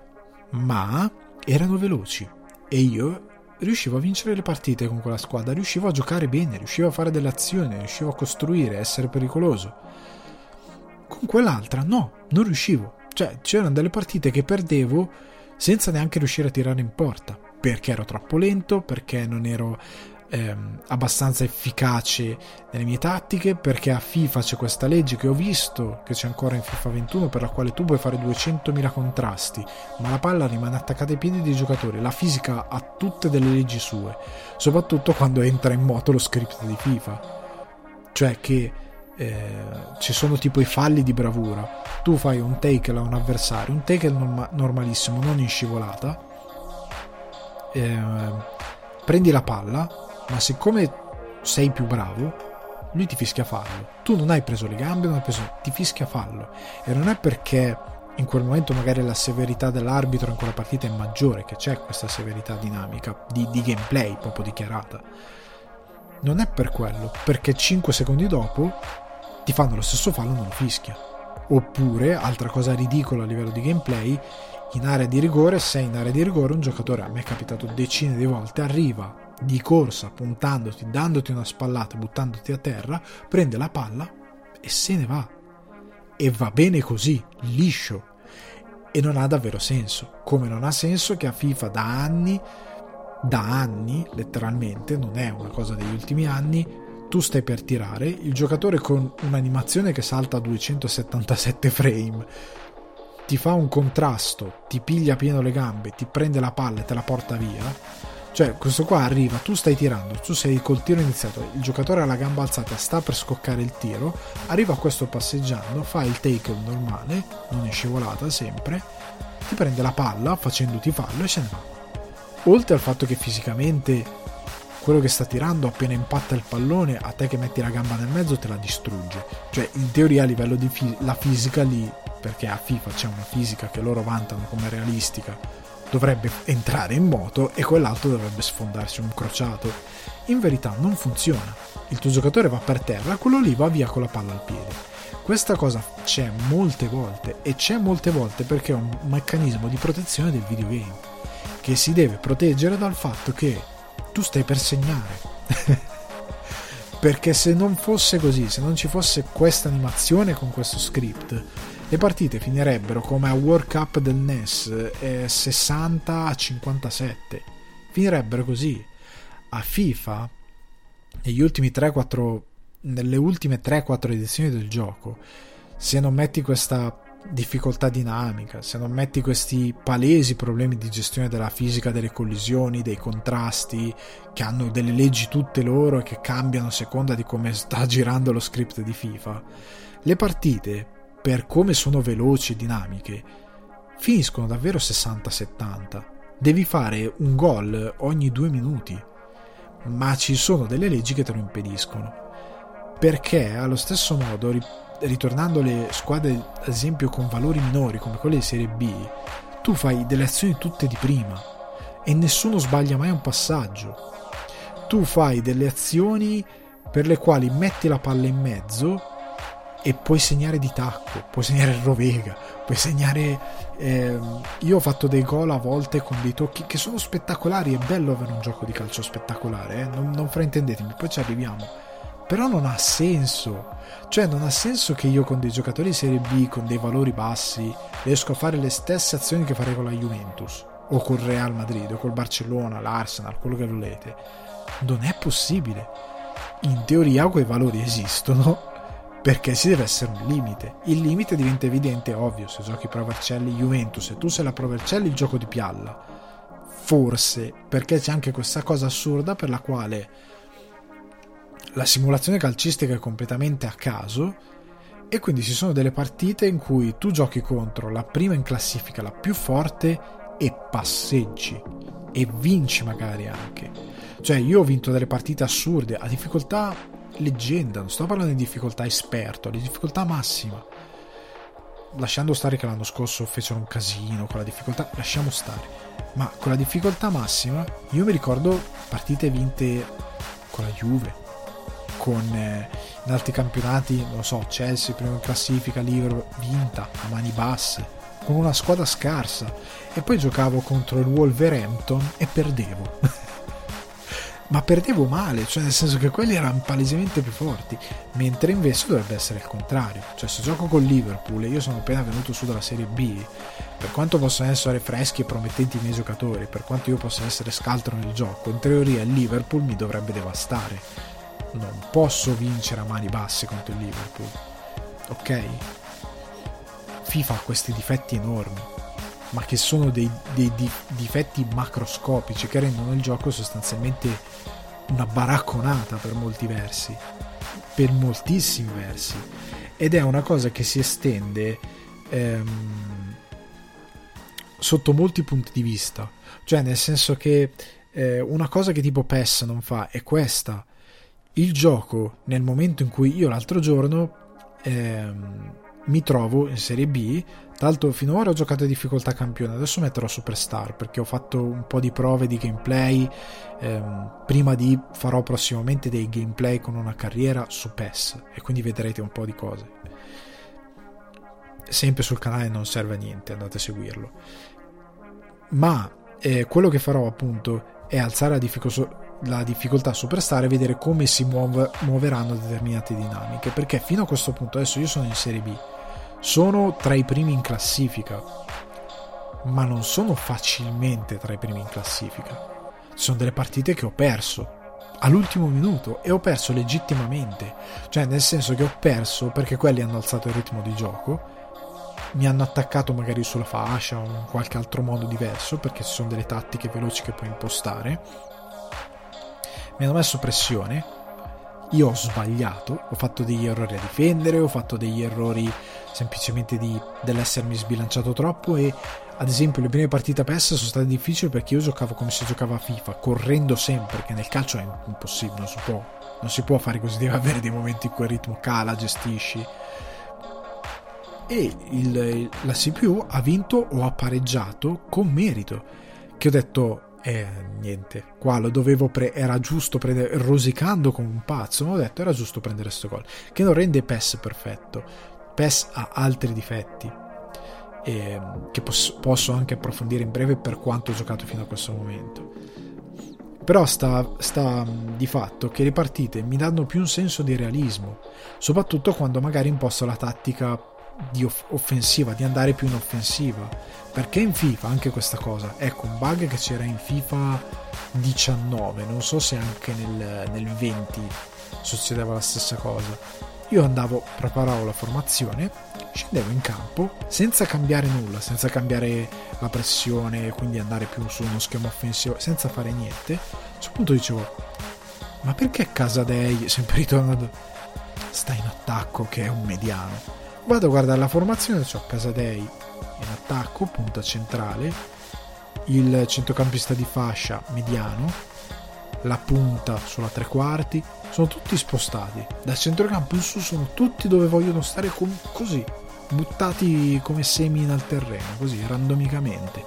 ma erano veloci e io riuscivo a vincere le partite con quella squadra, riuscivo a giocare bene, riuscivo a fare delle azioni, riuscivo a costruire, a essere pericoloso. Con quell'altra no, non riuscivo, cioè c'erano delle partite che perdevo senza neanche riuscire a tirare in porta, perché ero troppo lento, perché non ero abbastanza efficace nelle mie tattiche, perché a FIFA c'è questa legge che ho visto che c'è ancora in FIFA 21, per la quale tu puoi fare 200.000 contrasti ma la palla rimane attaccata ai piedi dei giocatori. La fisica ha tutte delle leggi sue, soprattutto quando entra in moto lo script di FIFA, cioè che ci sono tipo i falli di bravura. Tu fai un tackle a un avversario, un tackle normalissimo, non in scivolata, prendi la palla, ma siccome sei più bravo lui ti fischia fallo, tu non hai preso le gambe, ti fischia fallo, e non è perché in quel momento magari la severità dell'arbitro in quella partita è maggiore, che c'è questa severità dinamica di gameplay proprio dichiarata, non è per quello, perché 5 secondi dopo ti fanno lo stesso fallo e non lo fischia. Oppure, altra cosa ridicola a livello di gameplay, in area di rigore, se in area di rigore un giocatore, a me è capitato decine di volte, arriva di corsa puntandoti, dandoti una spallata, buttandoti a terra, prende la palla e se ne va, e va bene così, liscio, e non ha davvero senso, come non ha senso che a FIFA da anni letteralmente, non è una cosa degli ultimi anni, tu stai per tirare, il giocatore con un'animazione che salta a 277 frame ti fa un contrasto, ti piglia pieno le gambe, ti prende la palla e te la porta via. Cioè, questo qua arriva, tu stai tirando, tu sei col tiro iniziato, il giocatore ha la gamba alzata, sta per scoccare il tiro, arriva questo passeggiando, fa il tackle normale, non è scivolata sempre, ti prende la palla facendoti fallo e se ne va. Oltre al fatto che fisicamente quello che sta tirando, appena impatta il pallone, a te che metti la gamba nel mezzo te la distrugge. Cioè, in teoria a livello di la fisica lì, perché a FIFA c'è una fisica che loro vantano come realistica, dovrebbe entrare in moto e quell'altro dovrebbe sfondarsi un crociato. In verità non funziona. Il tuo giocatore va per terra, quello lì va via con la palla al piede. Questa cosa c'è molte volte, e c'è molte volte perché è un meccanismo di protezione del videogame, che si deve proteggere dal fatto che tu stai per segnare. Perché se non fosse così, se non ci fosse questa animazione con questo script, le partite finirebbero come a World Cup del NES, 60-57. Finirebbero così. A FIFA, nelle ultime 3-4 edizioni del gioco, se non metti questa difficoltà dinamica, se non metti questi palesi problemi di gestione della fisica delle collisioni, dei contrasti, che hanno delle leggi tutte loro e che cambiano a seconda di come sta girando lo script di FIFA, le partite, per come sono veloci e dinamiche, finiscono davvero 60-70. Devi fare un gol ogni 2 minuti, ma ci sono delle leggi che te lo impediscono, perché allo stesso modo, ritornando alle squadre ad esempio con valori minori come quelle di Serie B, tu fai delle azioni tutte di prima e nessuno sbaglia mai un passaggio. Tu fai delle azioni per le quali metti la palla in mezzo e puoi segnare di tacco, puoi segnare il rovega, puoi segnare... io ho fatto dei gol a volte con dei tocchi che sono spettacolari. È bello avere un gioco di calcio spettacolare, non fraintendetemi, poi ci arriviamo, però non ha senso. Cioè, non ha senso che io con dei giocatori di Serie B con dei valori bassi riesco a fare le stesse azioni che farei con la Juventus o col Real Madrid o col Barcellona, l'Arsenal, quello che volete. Non è possibile. In teoria quei valori esistono, perché ci deve essere un limite. Il limite diventa evidente, ovvio, se giochi Pro Vercelli Juventus e tu sei la Pro Vercelli, il gioco di pialla. Forse, perché c'è anche questa cosa assurda per la quale la simulazione calcistica è completamente a caso, e quindi ci sono delle partite in cui tu giochi contro la prima in classifica, la più forte, e passeggi e vinci magari anche. Cioè, io ho vinto delle partite assurde a difficoltà leggenda, non sto parlando di difficoltà esperto, di difficoltà massima, lasciando stare che l'anno scorso fecero un casino con la difficoltà, lasciamo stare, ma con la difficoltà massima io mi ricordo partite vinte con la Juve, con in altri campionati, non lo so, Chelsea prima in classifica, Liverpool vinta a mani basse con una squadra scarsa, e poi giocavo contro il Wolverhampton e perdevo. Ma perdevo male, cioè nel senso che quelli erano palesemente più forti, mentre invece dovrebbe essere il contrario. Cioè, se gioco con Liverpool e io sono appena venuto su dalla Serie B, per quanto possano essere freschi e promettenti i miei giocatori, per quanto io possa essere scaltro nel gioco, in teoria il Liverpool mi dovrebbe devastare. Non posso vincere a mani basse contro il Liverpool, ok? FIFA ha questi difetti enormi, ma che sono dei difetti macroscopici che rendono il gioco sostanzialmente una baracconata per molti versi, per moltissimi versi, ed è una cosa che si estende sotto molti punti di vista. Cioè, nel senso che una cosa che tipo PES non fa è questa: il gioco, nel momento in cui io l'altro giorno mi trovo in Serie B, tra l'altro finora ho giocato a difficoltà campione, adesso metterò Superstar perché ho fatto un po' di prove di gameplay, prima di farò prossimamente dei gameplay con una carriera su PES, e quindi vedrete un po' di cose, sempre sul canale Non Serve a Niente, andate a seguirlo. Ma quello che farò appunto è alzare la difficoltà Superstar e vedere come si muoveranno determinate dinamiche, perché fino a questo punto, adesso io sono in Serie B, sono tra i primi in classifica, ma non sono facilmente tra i primi in classifica. Ci sono delle partite che ho perso all'ultimo minuto, e ho perso legittimamente, cioè nel senso che ho perso perché quelli hanno alzato il ritmo di gioco, mi hanno attaccato magari sulla fascia o in qualche altro modo diverso, perché ci sono delle tattiche veloci che puoi impostare, mi hanno messo pressione, io ho sbagliato, ho fatto degli errori a difendere, ho fatto degli errori semplicemente dell'essermi sbilanciato troppo, e ad esempio le prime partite a PES sono state difficili perché io giocavo come si giocava a FIFA, correndo sempre, che nel calcio è impossibile, non si può fare così, devi avere dei momenti in cui il ritmo cala, gestisci, e la CPU ha vinto o ha pareggiato con merito, che ho detto niente, qua lo dovevo era giusto prendere, rosicando come un pazzo, ma ho detto era giusto prendere sto gol, che non rende PES perfetto. PES ha altri difetti che posso anche approfondire in breve, per quanto ho giocato fino a questo momento, però sta di fatto che le partite mi danno più un senso di realismo, soprattutto quando magari imposto la tattica di offensiva, di andare più in offensiva, perché in FIFA anche questa cosa, ecco un bug che c'era in FIFA 19, non so se anche nel 20 succedeva la stessa cosa. Io preparavo la formazione, scendevo in campo senza cambiare nulla, senza cambiare la pressione, quindi andare più su uno schema offensivo, senza fare niente. A questo punto dicevo, ma perché Casadei, sempre ritornando, sta in attacco che è un mediano? Vado a guardare la formazione, c'ho Casadei in attacco, punta centrale, il centrocampista di fascia mediano, la punta sulla tre quarti, sono tutti spostati dal centrocampo in su, sono tutti dove vogliono stare, così buttati come semi nel terreno, così randomicamente,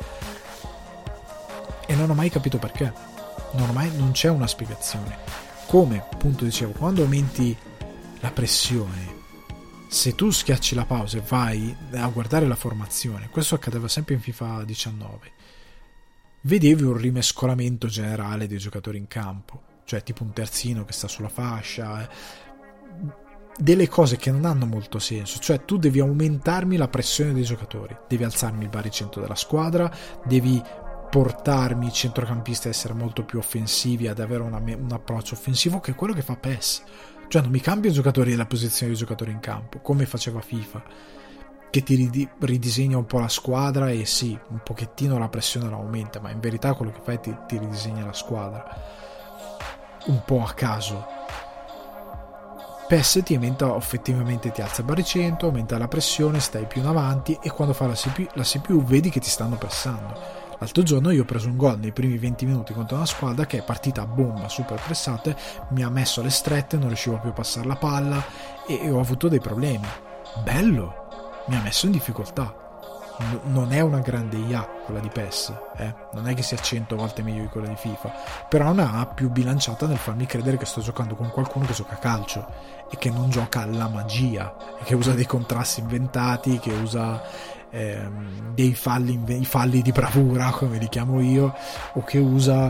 e non ho mai capito perché, non c'è una spiegazione. Come appunto dicevo, quando aumenti la pressione, se tu schiacci la pausa e vai a guardare la formazione, questo accadeva sempre in FIFA 19, vedevi un rimescolamento generale dei giocatori in campo, cioè tipo un terzino che sta sulla fascia, delle cose che non hanno molto senso, cioè tu devi aumentarmi la pressione dei giocatori, devi alzarmi il baricentro della squadra, devi portarmi i centrocampisti a essere molto più offensivi, ad avere un approccio offensivo, che è quello che fa PES. Cioè non mi cambia i giocatori e la posizione dei giocatori in campo come faceva FIFA, che ti ridisegna un po' la squadra, e sì, un pochettino la pressione la aumenta, ma in verità quello che fai ti ridisegna la squadra un po' a caso. PES ti aumenta, effettivamente ti alza il baricentro, aumenta la pressione, stai più in avanti, e quando fa la CPU vedi che ti stanno pressando. L'altro giorno io ho preso un gol nei primi 20 minuti contro una squadra che è partita a bomba, super pressata, mi ha messo alle strette, non riuscivo più a passare la palla e ho avuto dei problemi. Bello, mi ha messo in difficoltà. Non è una grande IA quella di PES, non è che sia 100 volte meglio di quella di FIFA, però è una A più bilanciata nel farmi credere che sto giocando con qualcuno che gioca a calcio e che non gioca alla magia, e che usa dei contrasti inventati, che usa dei falli di bravura, come li chiamo io, o che usa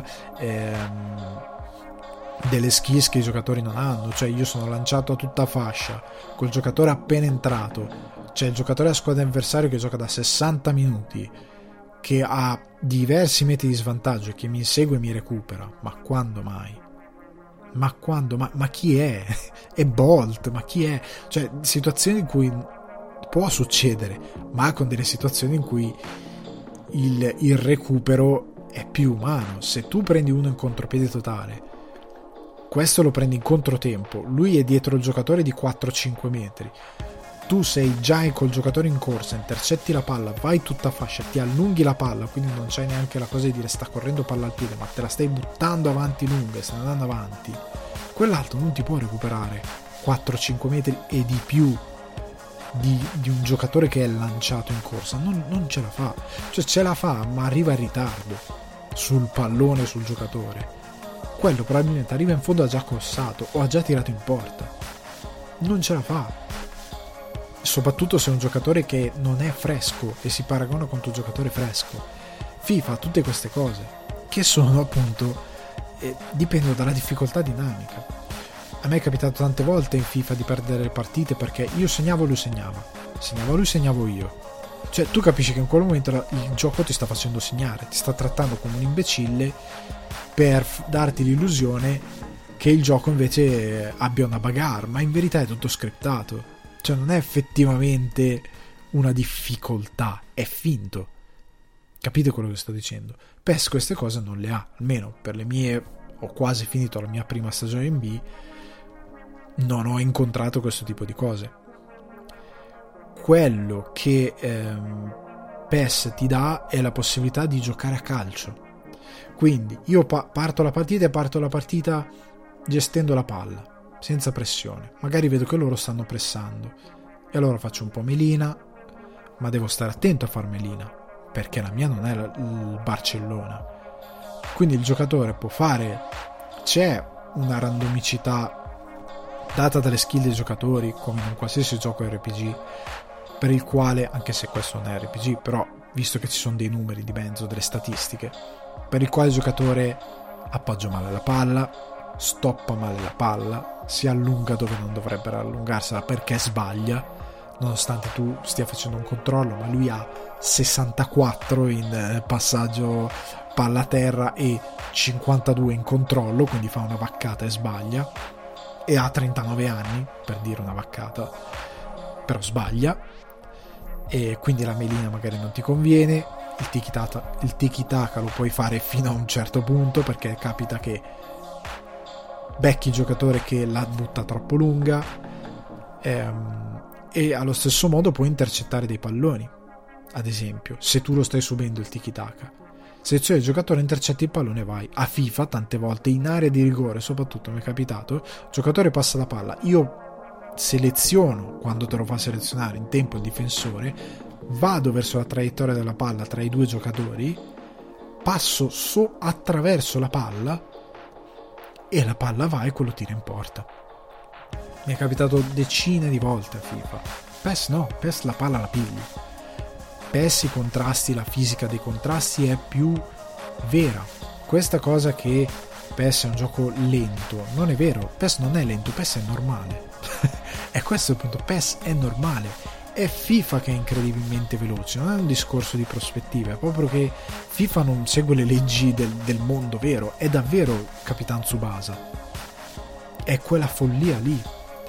delle skills che i giocatori non hanno. Cioè io sono lanciato a tutta fascia col giocatore appena entrato, c'è il giocatore della squadra avversario che gioca da 60 minuti, che ha diversi metri di svantaggio e che mi insegue e mi recupera. Ma quando mai? Ma quando? Ma chi è? È Bolt? Ma chi è? Cioè situazioni in cui può succedere, ma con delle situazioni in cui il recupero è più umano. Se tu prendi uno in contropiede totale, questo lo prendi in controtempo, lui è dietro il giocatore di 4-5 metri, tu sei già col giocatore in corsa, intercetti la palla, vai tutta fascia, ti allunghi la palla, quindi non c'è neanche la cosa di dire sta correndo palla al piede, ma te la stai buttando avanti lunga e stai andando avanti, quell'altro non ti può recuperare 4-5 metri e di più di un giocatore che è lanciato in corsa. Non ce la fa, cioè ce la fa ma arriva in ritardo sul pallone, sul giocatore. Quello probabilmente arriva in fondo, ha già crossato o ha già tirato in porta, non ce la fa, soprattutto se è un giocatore che non è fresco e si paragona contro un giocatore fresco. FIFA ha tutte queste cose che sono appunto dipendono dalla difficoltà dinamica. A me è capitato tante volte in FIFA di perdere le partite perché io segnavo, lui segnava, lui, segnavo io. Cioè tu capisci che in quel momento il gioco ti sta facendo segnare, ti sta trattando come un imbecille per darti l'illusione che il gioco invece abbia una bagarre, ma in verità è tutto scriptato, cioè non è effettivamente una difficoltà, è finto. Capite quello che sto dicendo? PES queste cose non le ha, almeno per le mie, ho quasi finito la mia prima stagione in B, non ho incontrato questo tipo di cose. Quello che PES ti dà è la possibilità di giocare a calcio, quindi io parto la partita gestendo la palla, senza pressione, magari vedo che loro stanno pressando e allora faccio un po' melina, ma devo stare attento a far melina, perché la mia non è il Barcellona, quindi il giocatore può fare, c'è una randomicità data dalle skill dei giocatori come in un qualsiasi gioco RPG, per il quale, anche se questo non è RPG, però visto che ci sono dei numeri di mezzo, delle statistiche, per il quale il giocatore appoggia male la palla, stoppa male la palla, si allunga dove non dovrebbe allungarsela perché sbaglia, nonostante tu stia facendo un controllo, ma lui ha 64 in passaggio palla a terra e 52 in controllo, quindi fa una vaccata e sbaglia, e ha 39 anni, per dire una vaccata, però sbaglia, e quindi la melina magari non ti conviene. Il tiki-taka lo puoi fare fino a un certo punto, perché capita che becchi il giocatore che la butta troppo lunga, e allo stesso modo puoi intercettare dei palloni, ad esempio se tu lo stai subendo il tiki-taka, selezioni il giocatore, intercetti il pallone e vai. A FIFA tante volte in area di rigore soprattutto mi è capitato, il giocatore passa la palla, io seleziono, quando te lo fa selezionare in tempo il difensore, vado verso la traiettoria della palla tra i due giocatori, passo attraverso la palla e la palla va e quello tira in porta. Mi è capitato decine di volte a FIFA. PES no, PES la palla la pigli. PES i contrasti, la fisica dei contrasti è più vera. Questa cosa che PES è un gioco lento, non è vero, PES non è lento, PES è normale. E questo è il punto, PES è normale. È FIFA che è incredibilmente veloce, non è un discorso di prospettiva, è proprio che FIFA non segue le leggi del mondo vero, è davvero Capitan Tsubasa, è quella follia lì,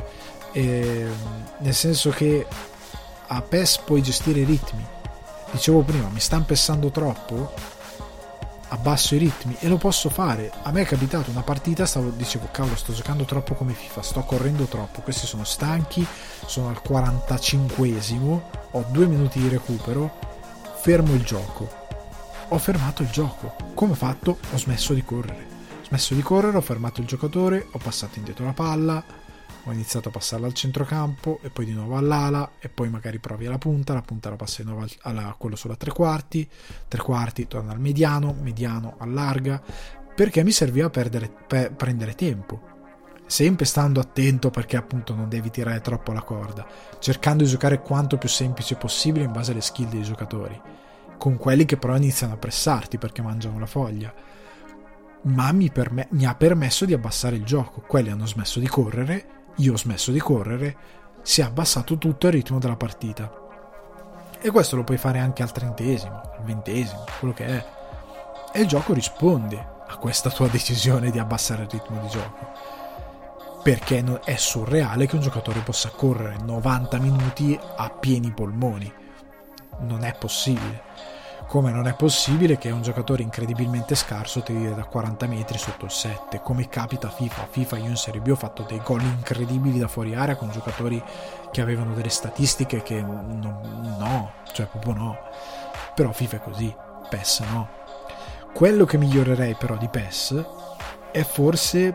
nel senso che a PES puoi gestire i ritmi. Dicevo prima, mi sta impessando troppo, abbasso i ritmi, e lo posso fare. A me è capitato una partita, dicevo cavolo, sto giocando troppo come FIFA, sto correndo troppo, questi sono stanchi, sono al 45esimo, ho 2 minuti di recupero, fermo il gioco. Ho fermato il gioco. Come ho fatto? Ho smesso di correre, ho fermato il giocatore, ho passato indietro la palla, ho iniziato a passarla al centrocampo e poi di nuovo all'ala, e poi magari provi alla punta la passi di nuovo a quello sulla tre quarti, torna al mediano allarga, perché mi serviva per prendere tempo, sempre stando attento, perché appunto non devi tirare troppo la corda, cercando di giocare quanto più semplice possibile in base alle skill dei giocatori, con quelli che però iniziano a pressarti perché mangiano la foglia. Ma mi ha permesso di abbassare il gioco. Quelli hanno smesso di correre, io ho smesso di correre, si è abbassato tutto il ritmo della partita. E questo lo puoi fare anche al 30esimo, al 20esimo, quello che è, e il gioco risponde a questa tua decisione di abbassare il ritmo di gioco, perché è surreale che un giocatore possa correre 90 minuti a pieni polmoni. Non è possibile. Come non è possibile che un giocatore incredibilmente scarso ti tiri da 40 metri sotto il 7, come capita a FIFA. Io in Serie B ho fatto dei gol incredibili da fuori area con giocatori che avevano delle statistiche che proprio no. Però FIFA è così, PES no. Quello che migliorerei però di PES è forse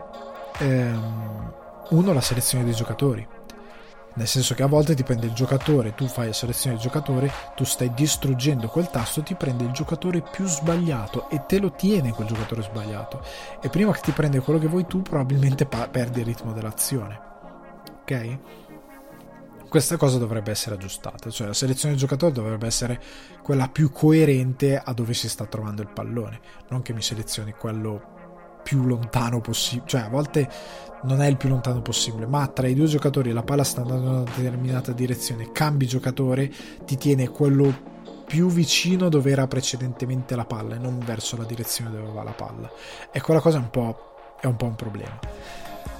la selezione dei giocatori. Nel senso che a volte ti prende il giocatore, tu fai la selezione del giocatore, tu stai distruggendo quel tasto, ti prende il giocatore più sbagliato e te lo tiene quel giocatore sbagliato, e prima che ti prende quello che vuoi tu probabilmente perdi il ritmo dell'azione. Ok? Questa cosa dovrebbe essere aggiustata, cioè la selezione del giocatore dovrebbe essere quella più coerente a dove si sta trovando il pallone, non che mi selezioni quello più lontano possibile, cioè a volte non è il più lontano possibile, ma tra i due giocatori la palla sta andando in una determinata direzione, cambi giocatore, ti tiene quello più vicino dove era precedentemente la palla e non verso la direzione dove va la palla, e quella cosa è un po' un problema.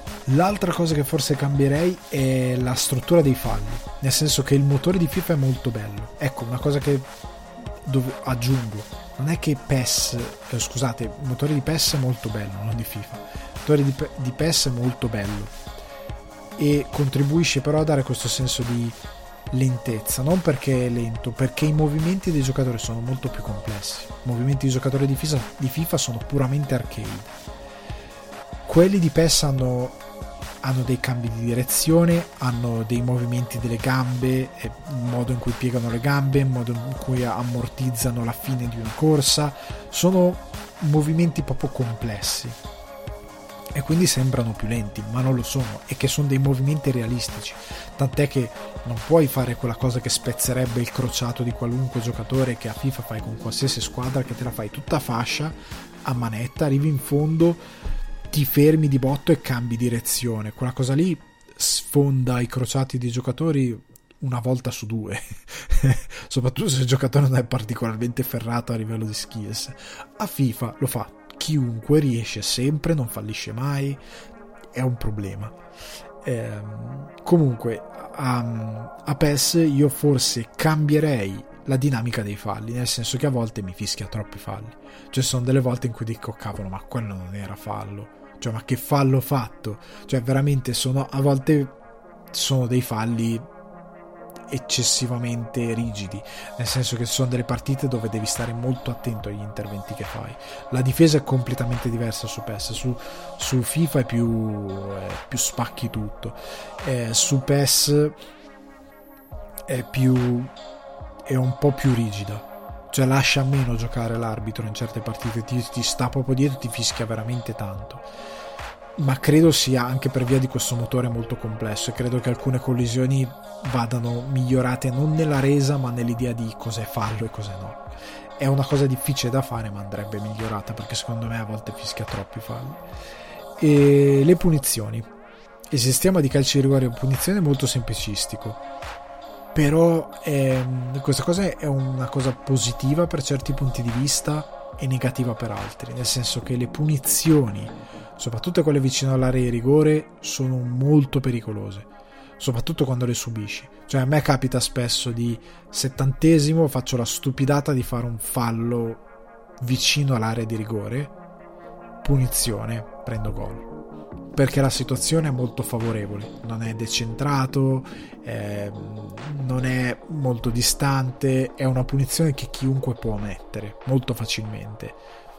L'altra cosa che forse cambierei è la struttura dei falli, nel senso che il motore di FIFA è molto bello. Ecco, una cosa che aggiungo, non è che PES, scusate, il motore di PES è molto bello, non di FIFA. Il motore di PES è molto bello e contribuisce però a dare questo senso di lentezza, non perché è lento, perché i movimenti dei giocatori sono molto più complessi. I movimenti dei giocatori di FIFA sono puramente arcade. Quelli di PES hanno dei cambi di direzione, hanno dei movimenti delle gambe, il modo in cui piegano le gambe, il modo in cui ammortizzano la fine di una corsa, sono movimenti proprio complessi e quindi sembrano più lenti, ma non lo sono, e che sono dei movimenti realistici, tant'è che non puoi fare quella cosa che spezzerebbe il crociato di qualunque giocatore che a FIFA fai con qualsiasi squadra, che te la fai tutta fascia a manetta, arrivi in fondo, ti fermi di botto e cambi direzione. Quella cosa lì sfonda i crociati dei giocatori una volta su due soprattutto se il giocatore non è particolarmente ferrato a livello di skills. A FIFA lo fa chiunque, riesce sempre, non fallisce mai, è un problema. Comunque a PES io forse cambierei la dinamica dei falli, nel senso che a volte mi fischia troppi falli, cioè sono delle volte in cui dico cavolo, ma quello non era fallo, cioè ma che fallo ho fatto, cioè veramente a volte sono dei falli eccessivamente rigidi, nel senso che sono delle partite dove devi stare molto attento agli interventi che fai. La difesa è completamente diversa su PES, su FIFA è più spacchi tutto, su PES è un po' più rigida, cioè lascia meno giocare l'arbitro in certe partite, ti sta proprio dietro, ti fischia veramente tanto, ma credo sia anche per via di questo motore molto complesso, e credo che alcune collisioni vadano migliorate non nella resa ma nell'idea di cos'è fallo e cos'è no. È una cosa difficile da fare, ma andrebbe migliorata, perché secondo me a volte fischia troppi falli. E le punizioni, il sistema di calci di rigore e punizione è molto semplicistico, però questa cosa è una cosa positiva per certi punti di vista e negativa per altri, nel senso che le punizioni, soprattutto quelle vicino all'area di rigore, sono molto pericolose, soprattutto quando le subisci. Cioè a me capita spesso di 70esimo faccio la stupidata di fare un fallo vicino all'area di rigore, punizione, prendo gol, perché la situazione è molto favorevole, non è decentrato, non è molto distante, è una punizione che chiunque può mettere molto facilmente,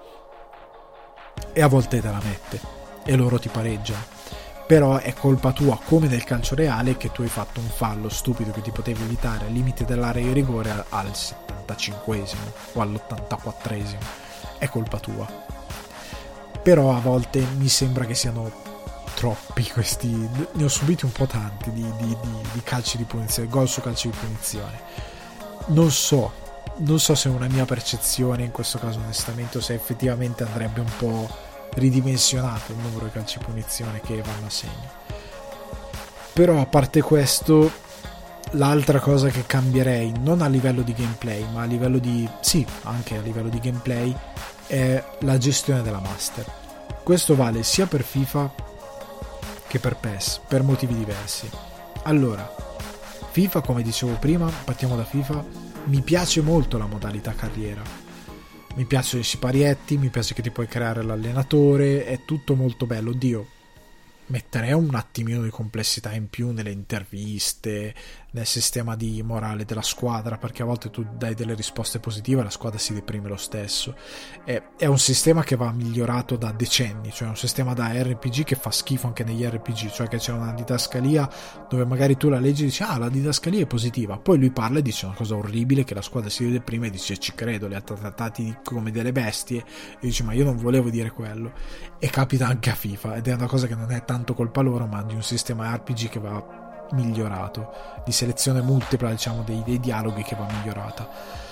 e a volte te la mette e loro ti pareggiano, però è colpa tua, come nel calcio reale, che tu hai fatto un fallo stupido che ti potevi evitare al limite dell'area di rigore al 75esimo o all'84esimo, è colpa tua. Però a volte mi sembra che siano troppi questi, ne ho subiti un po' tanti di calci di punizione, gol su calci di punizione. Non so se è una mia percezione in questo caso onestamente, o se effettivamente andrebbe un po' ridimensionato il numero di calci di punizione che vanno a segno. Però a parte questo, l'altra cosa che cambierei, non a livello di gameplay ma a livello di, sì, anche a livello di gameplay, è la gestione della master. Questo vale sia per FIFA che per PES, per motivi diversi. Allora, FIFA, come dicevo prima, partiamo da FIFA, mi piace molto la modalità carriera, mi piacciono i siparietti, mi piace che ti puoi creare l'allenatore, è tutto molto bello. Oddio, metterei un attimino di complessità in più nelle interviste, nel sistema di morale della squadra, perché a volte tu dai delle risposte positive e la squadra si deprime lo stesso. È un sistema che va migliorato da decenni, cioè un sistema da RPG che fa schifo anche negli RPG, cioè che c'è una didascalia dove magari tu la leggi e dici la didascalia è positiva, poi lui parla e dice una cosa orribile che la squadra si deprime e dice ci credo, li ha trattati come delle bestie, e dici ma io non volevo dire quello. E capita anche a FIFA, ed è una cosa che non è tanto colpa loro ma di un sistema RPG che va migliorato, di selezione multipla, diciamo, dei dialoghi che va migliorata.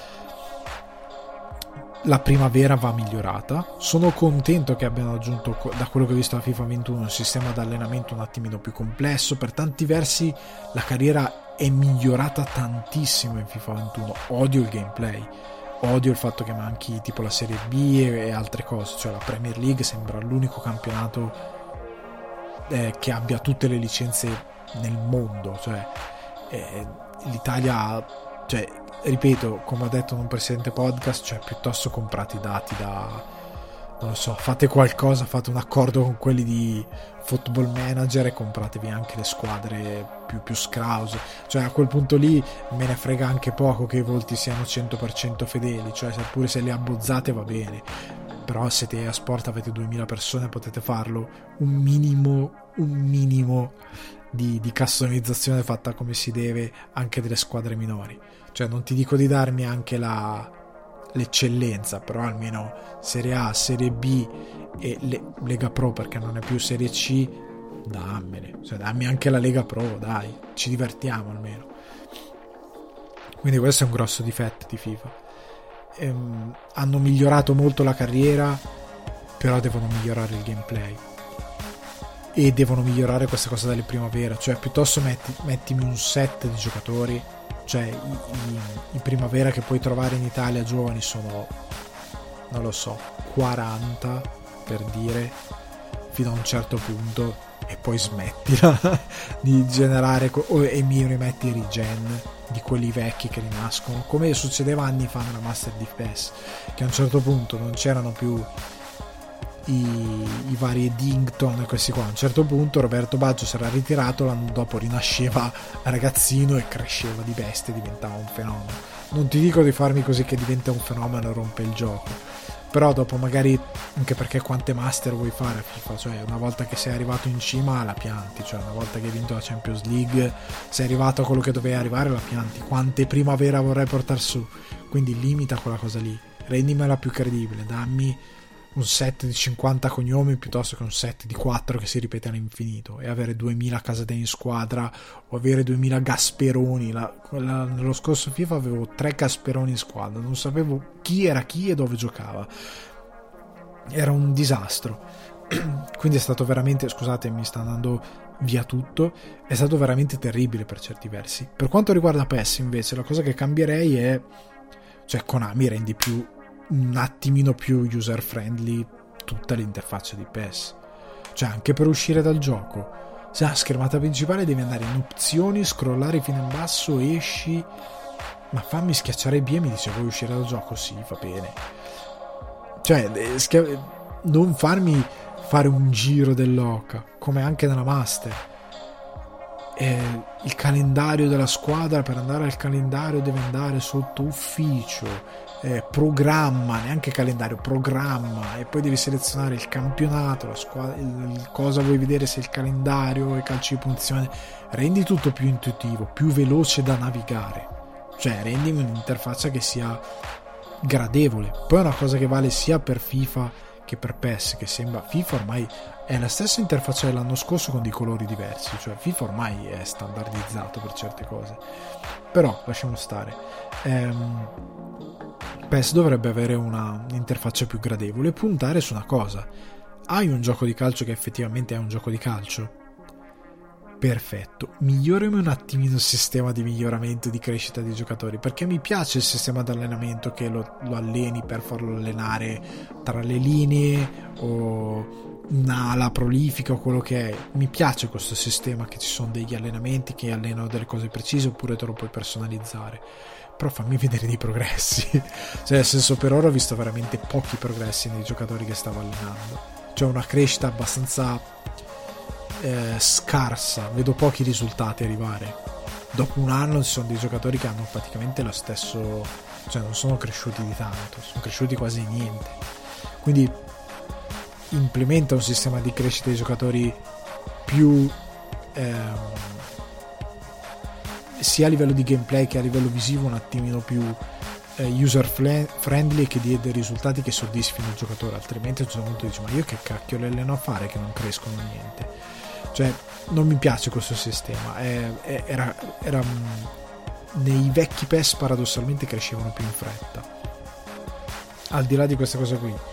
La primavera va migliorata. Sono contento che abbiano aggiunto, da quello che ho visto a FIFA 21, un sistema di allenamento un attimino più complesso. Per tanti versi la carriera è migliorata tantissimo in FIFA 21. Odio il gameplay, odio il fatto che manchi tipo la Serie B e altre cose, cioè la Premier League sembra l'unico campionato che abbia tutte le licenze nel mondo, cioè l'Italia, cioè ripeto, come ho detto in un precedente podcast, cioè piuttosto comprate i dati da, non lo so, fate qualcosa, fate un accordo con quelli di Football Manager e compratevi anche le squadre più scrause, cioè a quel punto lì me ne frega anche poco che i volti siano 100% fedeli, cioè seppure se le abbozzate va bene, però se te a Sport avete 2000 persone potete farlo, un minimo di customizzazione fatta come si deve anche delle squadre minori, cioè non ti dico di darmi anche l'eccellenza, però almeno Serie A, Serie B e Lega Pro, perché non è più Serie C, dammele, cioè dammi anche la Lega Pro, dai, ci divertiamo almeno. Quindi questo è un grosso difetto di FIFA. Hanno migliorato molto la carriera, però devono migliorare il gameplay e devono migliorare questa cosa delle primavera, cioè piuttosto mettimi un set di giocatori, cioè i primavera che puoi trovare in Italia giovani sono, non lo so, 40 per dire, fino a un certo punto, e poi smettila di generare e mi rimetti i regen di quelli vecchi che rinascono, come succedeva anni fa nella Master di PES, che a un certo punto non c'erano più i vari Eddington e questi qua. A un certo punto Roberto Baggio si era ritirato, l'anno dopo rinasceva ragazzino e cresceva di bestia, diventava un fenomeno. Non ti dico di farmi così che diventa un fenomeno e rompe il gioco, però dopo magari, anche perché quante master vuoi fare a FIFA, cioè una volta che sei arrivato in cima la pianti, cioè una volta che hai vinto la Champions League sei arrivato a quello che dovevi arrivare, la pianti. Quante primavera vorrei portare su? Quindi limita quella cosa lì, rendimela più credibile, dammi un set di 50 cognomi piuttosto che un set di 4 che si ripete all'infinito, e avere 2000 casate in squadra o avere 2000 Gasperoni. Nello scorso FIFA avevo 3 Gasperoni in squadra, non sapevo chi era chi e dove giocava, era un disastro. Quindi è stato veramente, scusate, mi sta andando via tutto, è stato veramente terribile per certi versi. Per quanto riguarda PES invece, la cosa che cambierei è, cioè Konami rendi un attimino più user friendly tutta l'interfaccia di PES, cioè anche per uscire dal gioco, se la schermata principale devi andare in opzioni, scrollare fino in basso, esci, ma fammi schiacciare B e mi dice vuoi uscire dal gioco? Sì, va bene, cioè non farmi fare un giro dell'oca come anche nella Master. Il calendario della squadra, per andare al calendario devi andare sotto ufficio, programma, neanche calendario, programma, e poi devi selezionare il campionato, la squadra, cosa vuoi vedere, se il calendario, i calci di punizione. Rendi tutto più intuitivo, più veloce da navigare, cioè rendimi un'interfaccia che sia gradevole. Poi è una cosa che vale sia per FIFA che per PES, che sembra FIFA ormai è la stessa interfaccia dell'anno scorso con dei colori diversi, cioè FIFA ormai è standardizzato per certe cose, però lasciamo stare. PES dovrebbe avere un'interfaccia più gradevole e puntare su una cosa: hai un gioco di calcio che effettivamente è un gioco di calcio? Perfetto, migliorami un attimino il sistema di miglioramento e di crescita dei giocatori, perché mi piace il sistema di allenamento, che lo alleni per farlo allenare tra le linee o un'ala prolifica o quello che è. Mi piace questo sistema, che ci sono degli allenamenti che allenano delle cose precise oppure te lo puoi personalizzare, però fammi vedere dei progressi. Cioè nel senso, per ora ho visto veramente pochi progressi nei giocatori che stavo allenando, cioè una crescita abbastanza scarsa, vedo pochi risultati arrivare. Dopo un anno ci sono dei giocatori che hanno praticamente lo stesso, cioè non sono cresciuti di tanto, sono cresciuti quasi niente. Quindi implementa un sistema di crescita dei giocatori più sia a livello di gameplay che a livello visivo un attimino più user friendly, che dia dei risultati che soddisfino il giocatore, altrimenti a un certo punto dici: ma io che cacchio le alleno a fare che non crescono niente? Cioè non mi piace questo sistema. Era nei vecchi PES paradossalmente crescevano più in fretta. Al di là di questa cosa qui,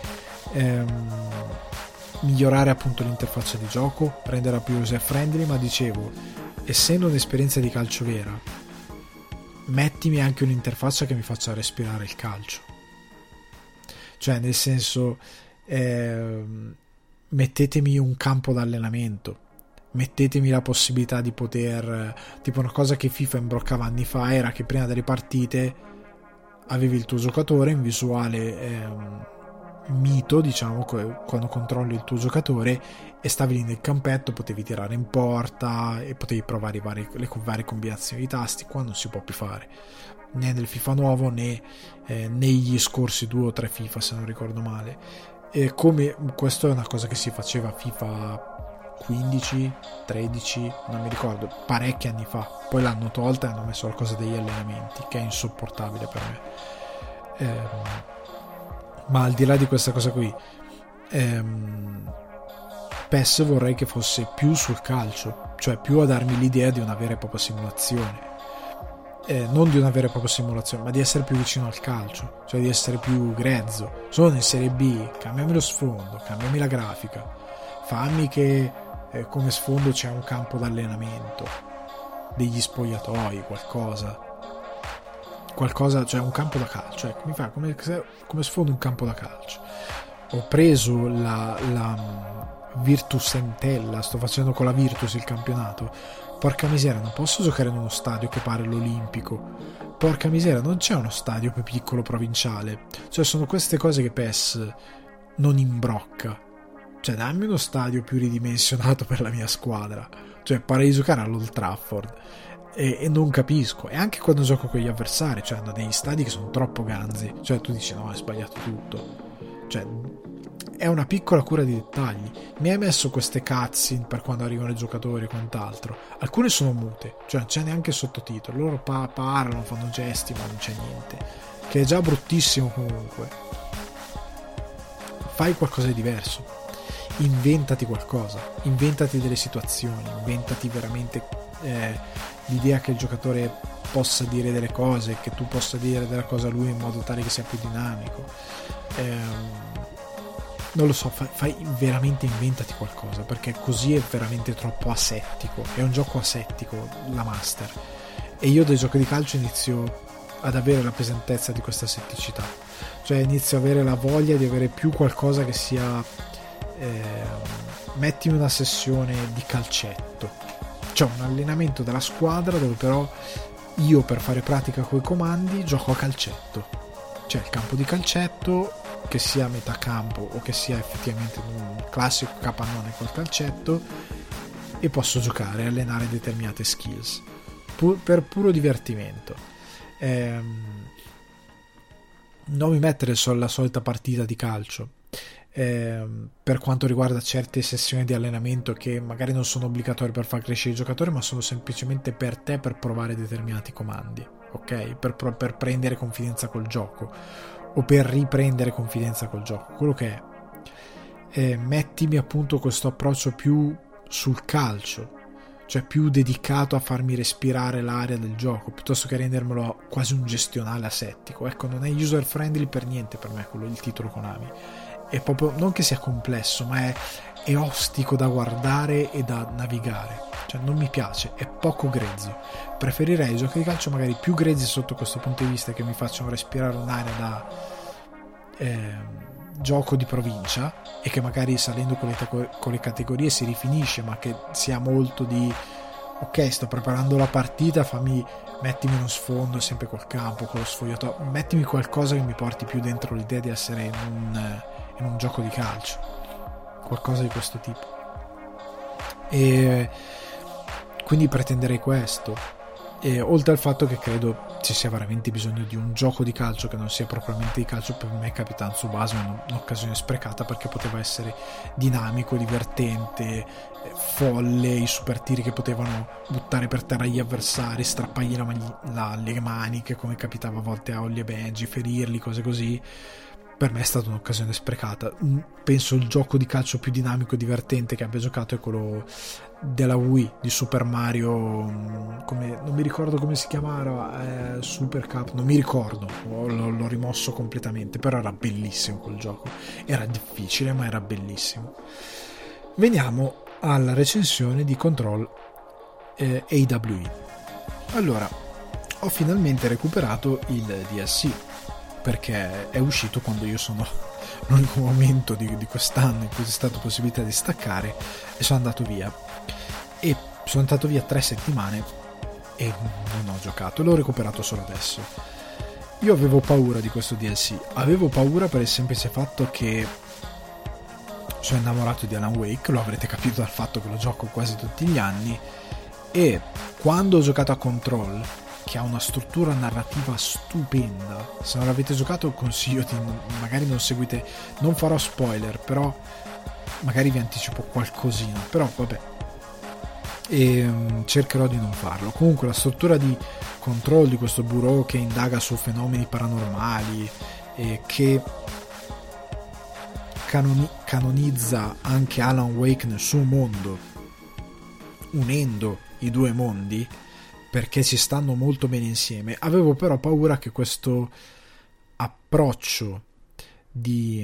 migliorare appunto l'interfaccia di gioco, renderla più user friendly, ma dicevo, essendo un'esperienza di calcio vera, mettimi anche un'interfaccia che mi faccia respirare il calcio, cioè nel senso, mettetemi un campo d'allenamento, mettetemi la possibilità di poter, tipo una cosa che FIFA imbroccava anni fa era che prima delle partite avevi il tuo giocatore in visuale mito, diciamo, quando controlli il tuo giocatore e stavi lì nel campetto, potevi tirare in porta e potevi provare le varie combinazioni di tasti. Qua non si può più fare, né nel FIFA nuovo né negli scorsi 2 o 3 FIFA, se non ricordo male. E come questo è una cosa che si faceva FIFA 15, 13, non mi ricordo, parecchi anni fa, poi l'hanno tolta e hanno messo la cosa degli allenamenti, che è insopportabile per me. Ma al di là di questa cosa qui, PES vorrei che fosse più sul calcio, cioè più a darmi l'idea di una vera e propria simulazione, non di una vera e propria simulazione, ma di essere più vicino al calcio, cioè di essere più grezzo. Sono in Serie B, cambiami lo sfondo, cambiami la grafica, fammi che come sfondo c'è un campo d'allenamento, degli spogliatoi, qualcosa, cioè un campo da calcio, mi fa come sfondo un campo da calcio. Ho preso la Virtus Entella, sto facendo con la Virtus il campionato. Porca miseria, non posso giocare in uno stadio che pare l'Olimpico. Porca miseria, non c'è uno stadio più piccolo provinciale. Cioè sono queste cose che PES non imbrocca. Cioè dammi uno stadio più ridimensionato per la mia squadra, cioè pare di giocare all'Old Trafford. E non capisco. E anche quando gioco con gli avversari, cioè hanno degli stadi che sono troppo ganzi, cioè tu dici no, hai sbagliato tutto. Cioè è una piccola cura di dettagli. Mi hai messo queste cutscene per quando arrivano i giocatori e quant'altro, alcune sono mute, cioè non c'è neanche sottotitolo, loro parlano, fanno gesti ma non c'è niente, che è già bruttissimo. Comunque fai qualcosa di diverso, inventati qualcosa, inventati delle situazioni, inventati veramente l'idea che il giocatore possa dire delle cose, che tu possa dire della cosa a lui in modo tale che sia più dinamico. Non lo so, fai veramente, inventati qualcosa, perché così è veramente troppo asettico. È un gioco asettico, la Master, e io dai giochi di calcio inizio ad avere la pesantezza di questa asetticità, cioè inizio ad avere la voglia di avere più qualcosa che sia mettimi una sessione di calcetto, cioè un allenamento della squadra dove però io per fare pratica coi comandi gioco a calcetto, cioè il campo di calcetto, che sia a metà campo o che sia effettivamente un classico capannone col calcetto, e posso giocare e allenare determinate skills per puro divertimento. Non mi mettere la solita partita di calcio. Per quanto riguarda certe sessioni di allenamento che magari non sono obbligatorie per far crescere i giocatori, ma sono semplicemente per te, per provare determinati comandi, ok? Per prendere confidenza col gioco o per riprendere confidenza col gioco, quello che è. Mettimi appunto questo approccio più sul calcio, cioè più dedicato a farmi respirare l'area del gioco, piuttosto che rendermelo quasi un gestionale asettico. Ecco, non è user friendly per niente per me quello, il titolo Konami. È proprio, non che sia complesso, ma è ostico da guardare e da navigare, cioè non mi piace, è poco grezzo. Preferirei giochi di calcio magari più grezzi sotto questo punto di vista, che mi facciano respirare un'area da gioco di provincia, e che magari salendo con le categorie si rifinisce, ma che sia molto di ok, sto preparando la partita, mettimi uno sfondo sempre col campo, con lo sfogliato, mettimi qualcosa che mi porti più dentro l'idea di essere in un gioco di calcio, qualcosa di questo tipo. E quindi pretenderei questo. E oltre al fatto che credo ci sia veramente bisogno di un gioco di calcio che non sia propriamente di calcio, per me Capitan Tsubasa è un'occasione sprecata, perché poteva essere dinamico, divertente, folle, i super tiri che potevano buttare per terra gli avversari, strappargli le maniche come capitava a volte a Holly e Benji, ferirli, cose così. Per me è stata un'occasione sprecata. Penso il gioco di calcio più dinamico e divertente che abbia giocato è quello della Wii, di Super Mario, non mi ricordo come si chiamava, Super Cup, non mi ricordo, l'ho rimosso completamente, però era bellissimo quel gioco, era difficile ma era bellissimo. Veniamo alla recensione di Control AWE. Allora, ho finalmente recuperato il DLC, perché è uscito quando io sono l'unico momento di quest'anno in cui c'è stata possibilità di staccare, e sono andato via. e sono andato via 3 settimane e non ho giocato, l'ho recuperato solo adesso. Io avevo paura di questo DLC, avevo paura per il semplice fatto che sono innamorato di Alan Wake, lo avrete capito dal fatto che lo gioco quasi tutti gli anni, e quando ho giocato a Control, che ha una struttura narrativa stupenda, se non l'avete giocato consiglio di magari non seguite, non farò spoiler, però magari vi anticipo qualcosina, però vabbè, e cercherò di non farlo. Comunque la struttura di Control, di questo bureau che indaga su fenomeni paranormali e che canonizza anche Alan Wake nel suo mondo, unendo i due mondi perché ci stanno molto bene insieme. Avevo però paura che questo approccio di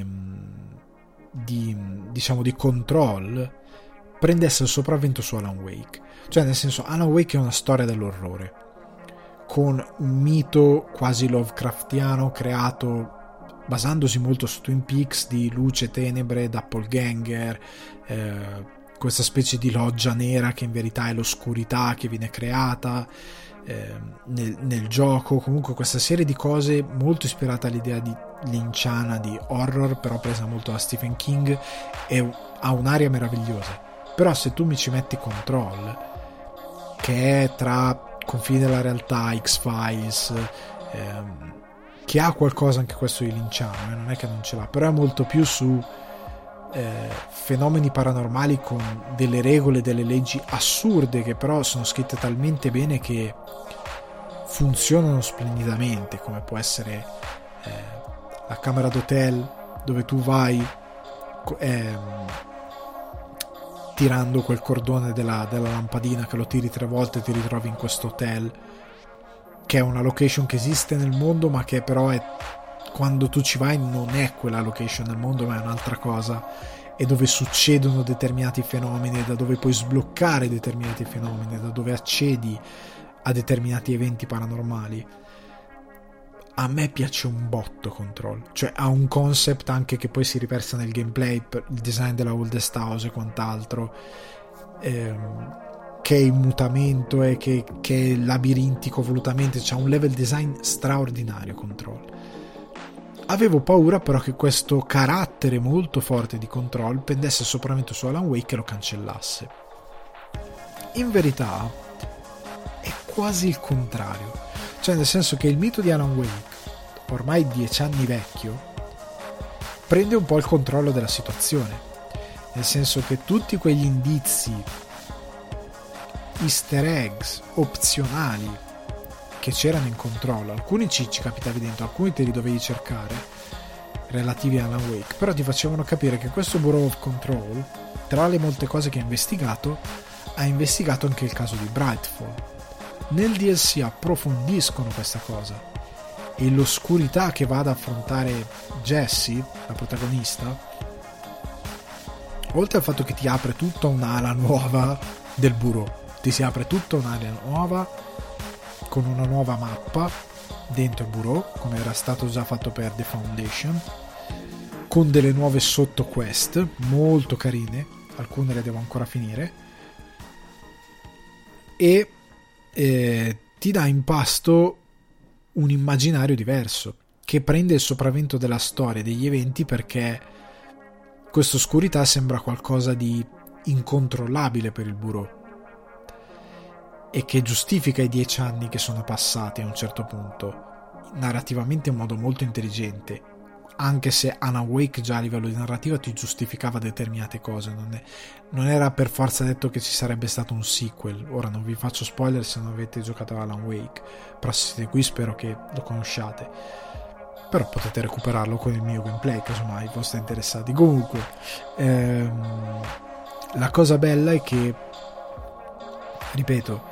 Control prendesse il sopravvento su Alan Wake, cioè nel senso, Alan Wake è una storia dell'orrore con un mito quasi Lovecraftiano creato basandosi molto su Twin Peaks, di luce, tenebre, doppelganger, questa specie di loggia nera che in verità è l'oscurità che viene creata nel gioco. Comunque questa serie di cose molto ispirata all'idea di linciana di horror, però presa molto da Stephen King, e ha un'aria meravigliosa. Però se tu mi ci metti Control, che è tra confini della realtà, X-Files, che ha qualcosa anche questo di linciano, non è che non ce l'ha, però è molto più su fenomeni paranormali con delle regole, delle leggi assurde che però sono scritte talmente bene che funzionano splendidamente, come può essere la camera d'hotel dove tu vai tirando quel cordone della lampadina che lo tiri 3 volte e ti ritrovi in questo hotel, che è una location che esiste nel mondo ma che però è, quando tu ci vai non è quella location nel mondo ma è un'altra cosa, e dove succedono determinati fenomeni, da dove puoi sbloccare determinati fenomeni, da dove accedi a determinati eventi paranormali. A me piace un botto Control, cioè ha un concept anche che poi si riversa nel gameplay, per il design della Oldest House e quant'altro, che è in mutamento e che è labirintico volutamente, c'ha un level design straordinario Control. Avevo paura però che questo carattere molto forte di Control pendesse il sopravvento su Alan Wake e lo cancellasse. In verità è quasi il contrario, cioè nel senso che il mito di Alan Wake, ormai 10 anni vecchio, prende un po' il controllo della situazione, nel senso che tutti quegli indizi, easter eggs opzionali che c'erano in Control, alcuni ci capitavi dentro, alcuni te li dovevi cercare relativi a Alan Wake, però ti facevano capire che questo Bureau of Control, tra le molte cose che ha investigato anche il caso di Brightfall. Nel DLC approfondiscono questa cosa, e l'oscurità che va ad affrontare Jessie, la protagonista, oltre al fatto che ti apre tutta un'ala nuova del Bureau, ti si apre tutta un'area nuova con una nuova mappa dentro il Bureau, come era stato già fatto per The Foundation, con delle nuove sottoquest molto carine, alcune le devo ancora finire, e ti dà in pasto un immaginario diverso che prende il sopravvento della storia, degli eventi, perché questa oscurità sembra qualcosa di incontrollabile per il Bureau e che giustifica i 10 anni che sono passati a un certo punto narrativamente in modo molto intelligente, anche se Alan Wake già a livello di narrativa ti giustificava determinate cose, non era per forza detto che ci sarebbe stato un sequel. Ora non vi faccio spoiler se non avete giocato a Alan Wake, però se siete qui spero che lo conosciate, però potete recuperarlo con il mio gameplay casomai foste interessati. Comunque la cosa bella è che, ripeto,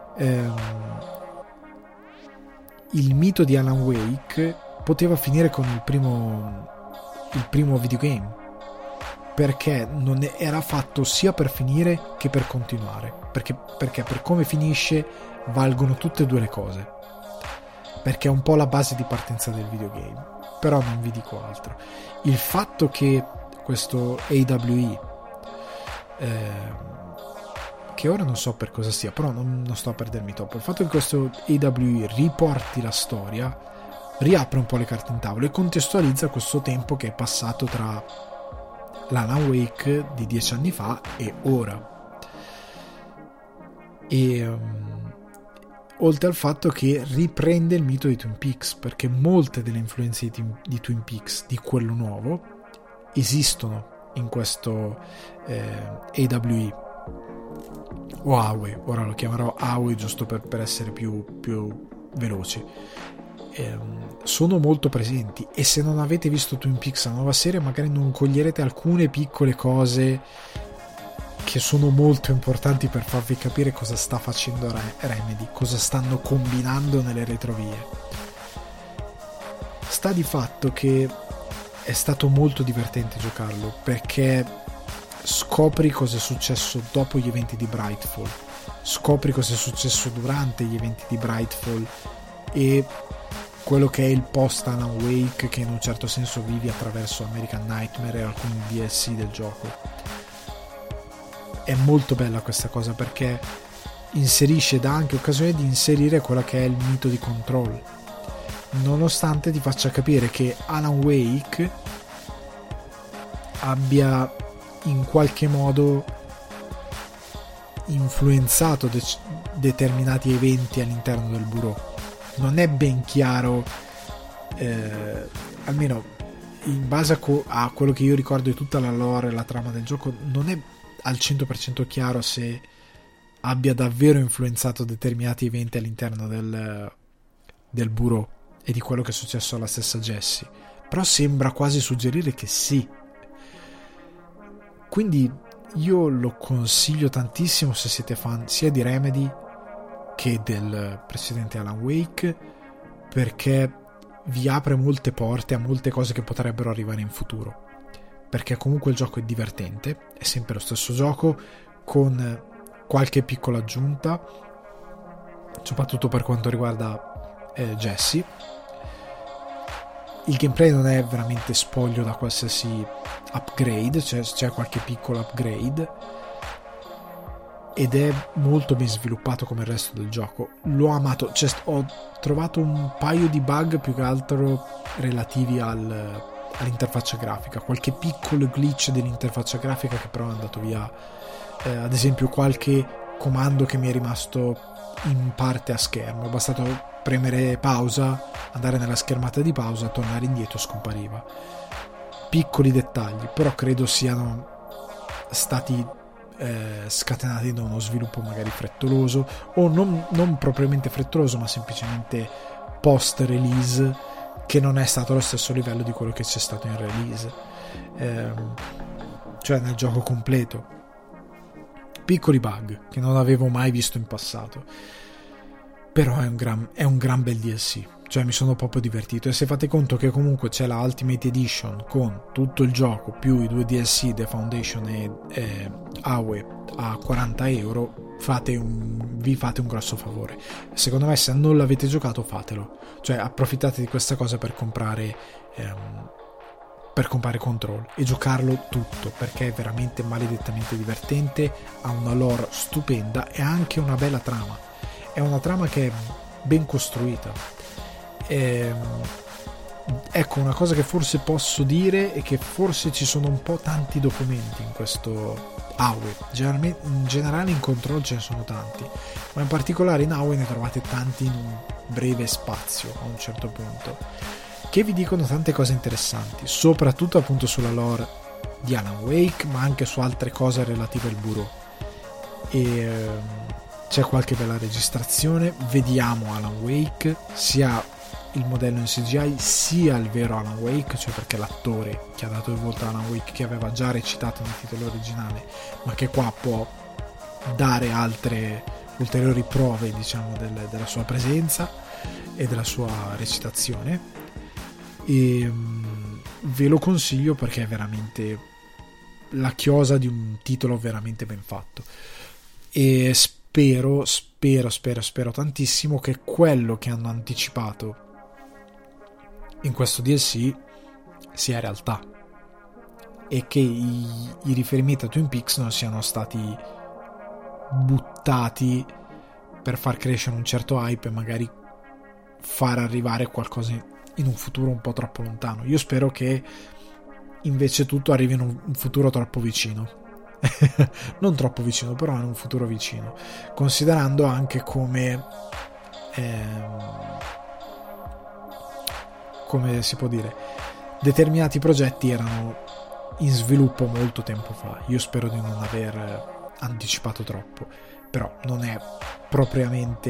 il mito di Alan Wake poteva finire con il primo videogame, perché non era fatto sia per finire che per continuare, perché per come finisce valgono tutte e due le cose, perché è un po' la base di partenza del videogame. Però non vi dico altro. Il fatto che questo AWE che ora non so per cosa sia, però non sto a perdermi troppo. Il fatto che questo AWE riporti la storia riapre un po' le carte in tavola e contestualizza questo tempo che è passato tra l'Alan Wake di 10 anni fa e ora. E oltre al fatto che riprende il mito di Twin Peaks, perché molte delle influenze di Twin Peaks, di quello nuovo, esistono in questo AWE o AWE, ora lo chiamerò AWE giusto per essere più veloci. Sono molto presenti, e se non avete visto Twin Peaks, la nuova serie, magari non coglierete alcune piccole cose che sono molto importanti per farvi capire cosa sta facendo Remedy, cosa stanno combinando nelle retrovie. Sta di fatto che è stato molto divertente giocarlo, perché scopri cosa è successo dopo gli eventi di Brightfall, scopri cosa è successo durante gli eventi di Brightfall e quello che è il post Alan Wake, che in un certo senso vivi attraverso American Nightmare e alcuni DLC del gioco. È molto bella questa cosa, perché inserisce, dà anche occasione di inserire quella che è il mito di Control, nonostante ti faccia capire che Alan Wake abbia in qualche modo influenzato determinati eventi all'interno del bureau. Non è ben chiaro, almeno in base a quello che io ricordo di tutta la lore e la trama del gioco, non è al 100% chiaro se abbia davvero influenzato determinati eventi all'interno del bureau e di quello che è successo alla stessa Jessie, però sembra quasi suggerire che sì. Quindi io lo consiglio tantissimo se siete fan sia di Remedy che del precedente Alan Wake, perché vi apre molte porte a molte cose che potrebbero arrivare in futuro, perché comunque il gioco è divertente, è sempre lo stesso gioco con qualche piccola aggiunta, soprattutto per quanto riguarda Jessie. Il gameplay non è veramente spoglio da qualsiasi upgrade, c'è qualche piccolo upgrade, ed è molto ben sviluppato come il resto del gioco. L'ho amato, ho trovato un paio di bug più che altro relativi all'interfaccia grafica, qualche piccolo glitch dell'interfaccia grafica che però è andato via, ad esempio qualche comando che mi è rimasto in parte a schermo, è bastato premere pausa, andare nella schermata di pausa, tornare indietro, scompariva. Piccoli dettagli, però credo siano stati scatenati da uno sviluppo magari frettoloso, o non propriamente frettoloso, ma semplicemente post release, che non è stato allo stesso livello di quello che c'è stato in release, cioè nel gioco completo. Piccoli bug che non avevo mai visto in passato, però è un gran bel DLC, cioè mi sono proprio divertito. E se fate conto che comunque c'è la Ultimate Edition con tutto il gioco più i 2 DLC, The Foundation e AWE, a €40, vi fate un grosso favore. Secondo me, se non l'avete giocato, fatelo, cioè approfittate di questa cosa per comprare Control e giocarlo tutto, perché è veramente maledettamente divertente, ha una lore stupenda e ha anche una bella trama. È una trama che è ben costruita. Ecco, una cosa che forse posso dire è che forse ci sono un po' tanti documenti in questo AWE. In generale in Control ce ne sono tanti, ma in particolare in AWE ne trovate tanti in un breve spazio a un certo punto, che vi dicono tante cose interessanti, soprattutto appunto sulla lore di Alan Wake, ma anche su altre cose relative al bureau. E c'è qualche bella registrazione, vediamo Alan Wake, sia il modello in CGI sia il vero Alan Wake, cioè perché l'attore che ha dato il volto a Alan Wake, che aveva già recitato nel titolo originale, ma che qua può dare altre ulteriori prove, diciamo, della sua presenza e della sua recitazione. E ve lo consiglio perché è veramente la chiosa di un titolo veramente ben fatto, e spero tantissimo che quello che hanno anticipato in questo DLC sia realtà e che i riferimenti a Twin Peaks non siano stati buttati per far crescere un certo hype e magari far arrivare qualcosa in un futuro un po' troppo lontano. Io spero che invece tutto arrivi in un futuro troppo vicino. Non troppo vicino, però in un futuro vicino, considerando anche come si può dire, determinati progetti erano in sviluppo molto tempo fa. Io spero di non aver anticipato troppo, però non è propriamente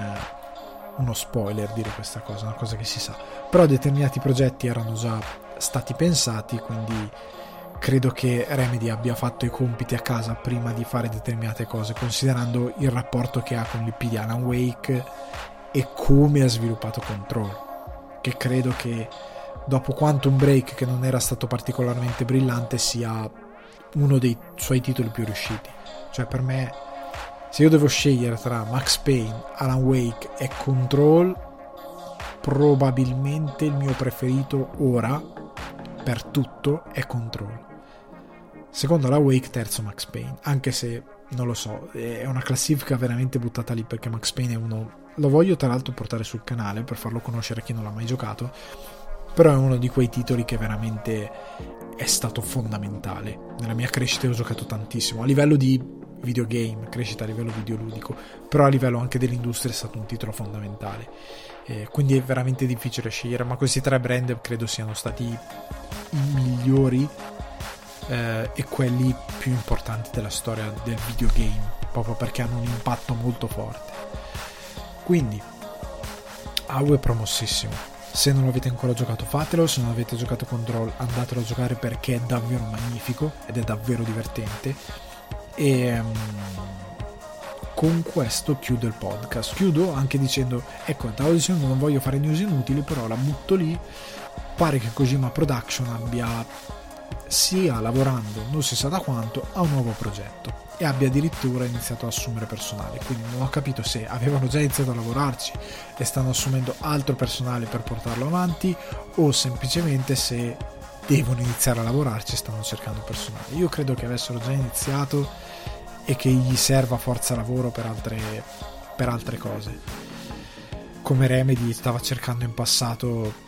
uno spoiler dire questa cosa, è una cosa che si sa. Però determinati progetti erano già stati pensati, quindi credo che Remedy abbia fatto i compiti a casa prima di fare determinate cose, considerando il rapporto che ha con l'IP di Alan Wake e come ha sviluppato Control, che credo che dopo Quantum Break, che non era stato particolarmente brillante, sia uno dei suoi titoli più riusciti. Cioè, per me, se io devo scegliere tra Max Payne, Alan Wake e Control, probabilmente il mio preferito ora per tutto è Control. Secondo Alan Wake, terzo Max Payne, anche se non lo so, è una classifica veramente buttata lì, perché Max Payne è uno, lo voglio tra l'altro portare sul canale per farlo conoscere a chi non l'ha mai giocato, però è uno di quei titoli che veramente è stato fondamentale nella mia crescita. Ho giocato tantissimo a livello di videogame, crescita a livello videoludico, però a livello anche dell'industria è stato un titolo fondamentale, quindi è veramente difficile scegliere, ma questi tre brand credo siano stati i migliori e quelli più importanti della storia del videogame, proprio perché hanno un impatto molto forte. Quindi AOE è promossissimo, se non l'avete ancora giocato fatelo, se non avete giocato Control andatelo a giocare, perché è davvero magnifico ed è davvero divertente. E con questo chiudo il podcast, chiudo anche dicendo, ecco, stavo dicendo non voglio fare news inutili, però la butto lì. Pare che Kojima Production sia lavorando, non si sa da quanto, a un nuovo progetto e abbia addirittura iniziato ad assumere personale, quindi non ho capito se avevano già iniziato a lavorarci e stanno assumendo altro personale per portarlo avanti, o semplicemente se devono iniziare a lavorarci e stanno cercando personale. Io credo che avessero già iniziato e che gli serva forza lavoro per altre cose, come Remedy stava cercando in passato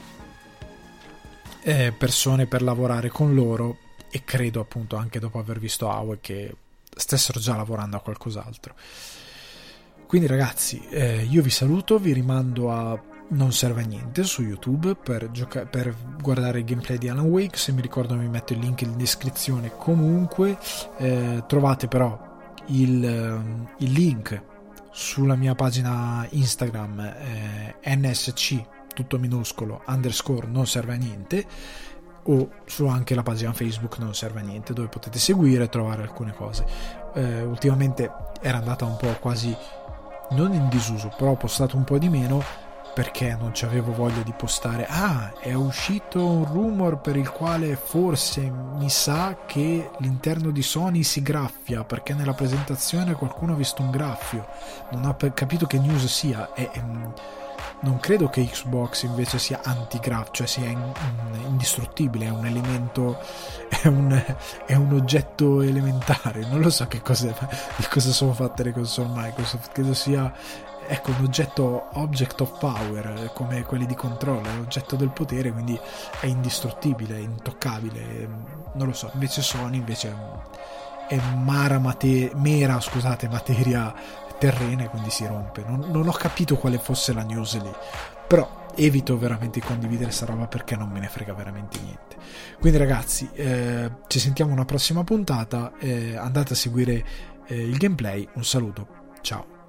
persone per lavorare con loro, e credo appunto anche dopo aver visto AOE che stessero già lavorando a qualcos'altro. Quindi ragazzi, io vi saluto, vi rimando a Non Serve a Niente su YouTube per guardare il gameplay di Alan Wake. Se mi ricordo mi metto il link in descrizione. Comunque trovate però il link sulla mia pagina Instagram nsc tutto minuscolo _ Non Serve a Niente, o su anche la pagina Facebook Non Serve a Niente, dove potete seguire e trovare alcune cose. Ultimamente era andata un po' quasi non in disuso, però ho postato un po' di meno perché non c'avevo voglia di postare. È uscito un rumor per il quale forse mi sa che l'interno di Sony si graffia, perché nella presentazione qualcuno ha visto un graffio, non ha capito che news sia. Non credo che Xbox invece sia anti-graff, cioè sia indistruttibile, è un elemento, è un oggetto elementare. Non lo so di cosa sono fatte le console Microsoft, credo sia, ecco, un oggetto, object of power, come quelli di Control, è l'oggetto del potere, quindi è indistruttibile, è intoccabile, non lo so. Invece Sony è mera materia terrene, quindi si rompe. Non ho capito quale fosse la news lì, però evito veramente di condividere sta roba perché non me ne frega veramente niente. Quindi ragazzi, ci sentiamo una prossima puntata, andate a seguire il gameplay. Un saluto, ciao.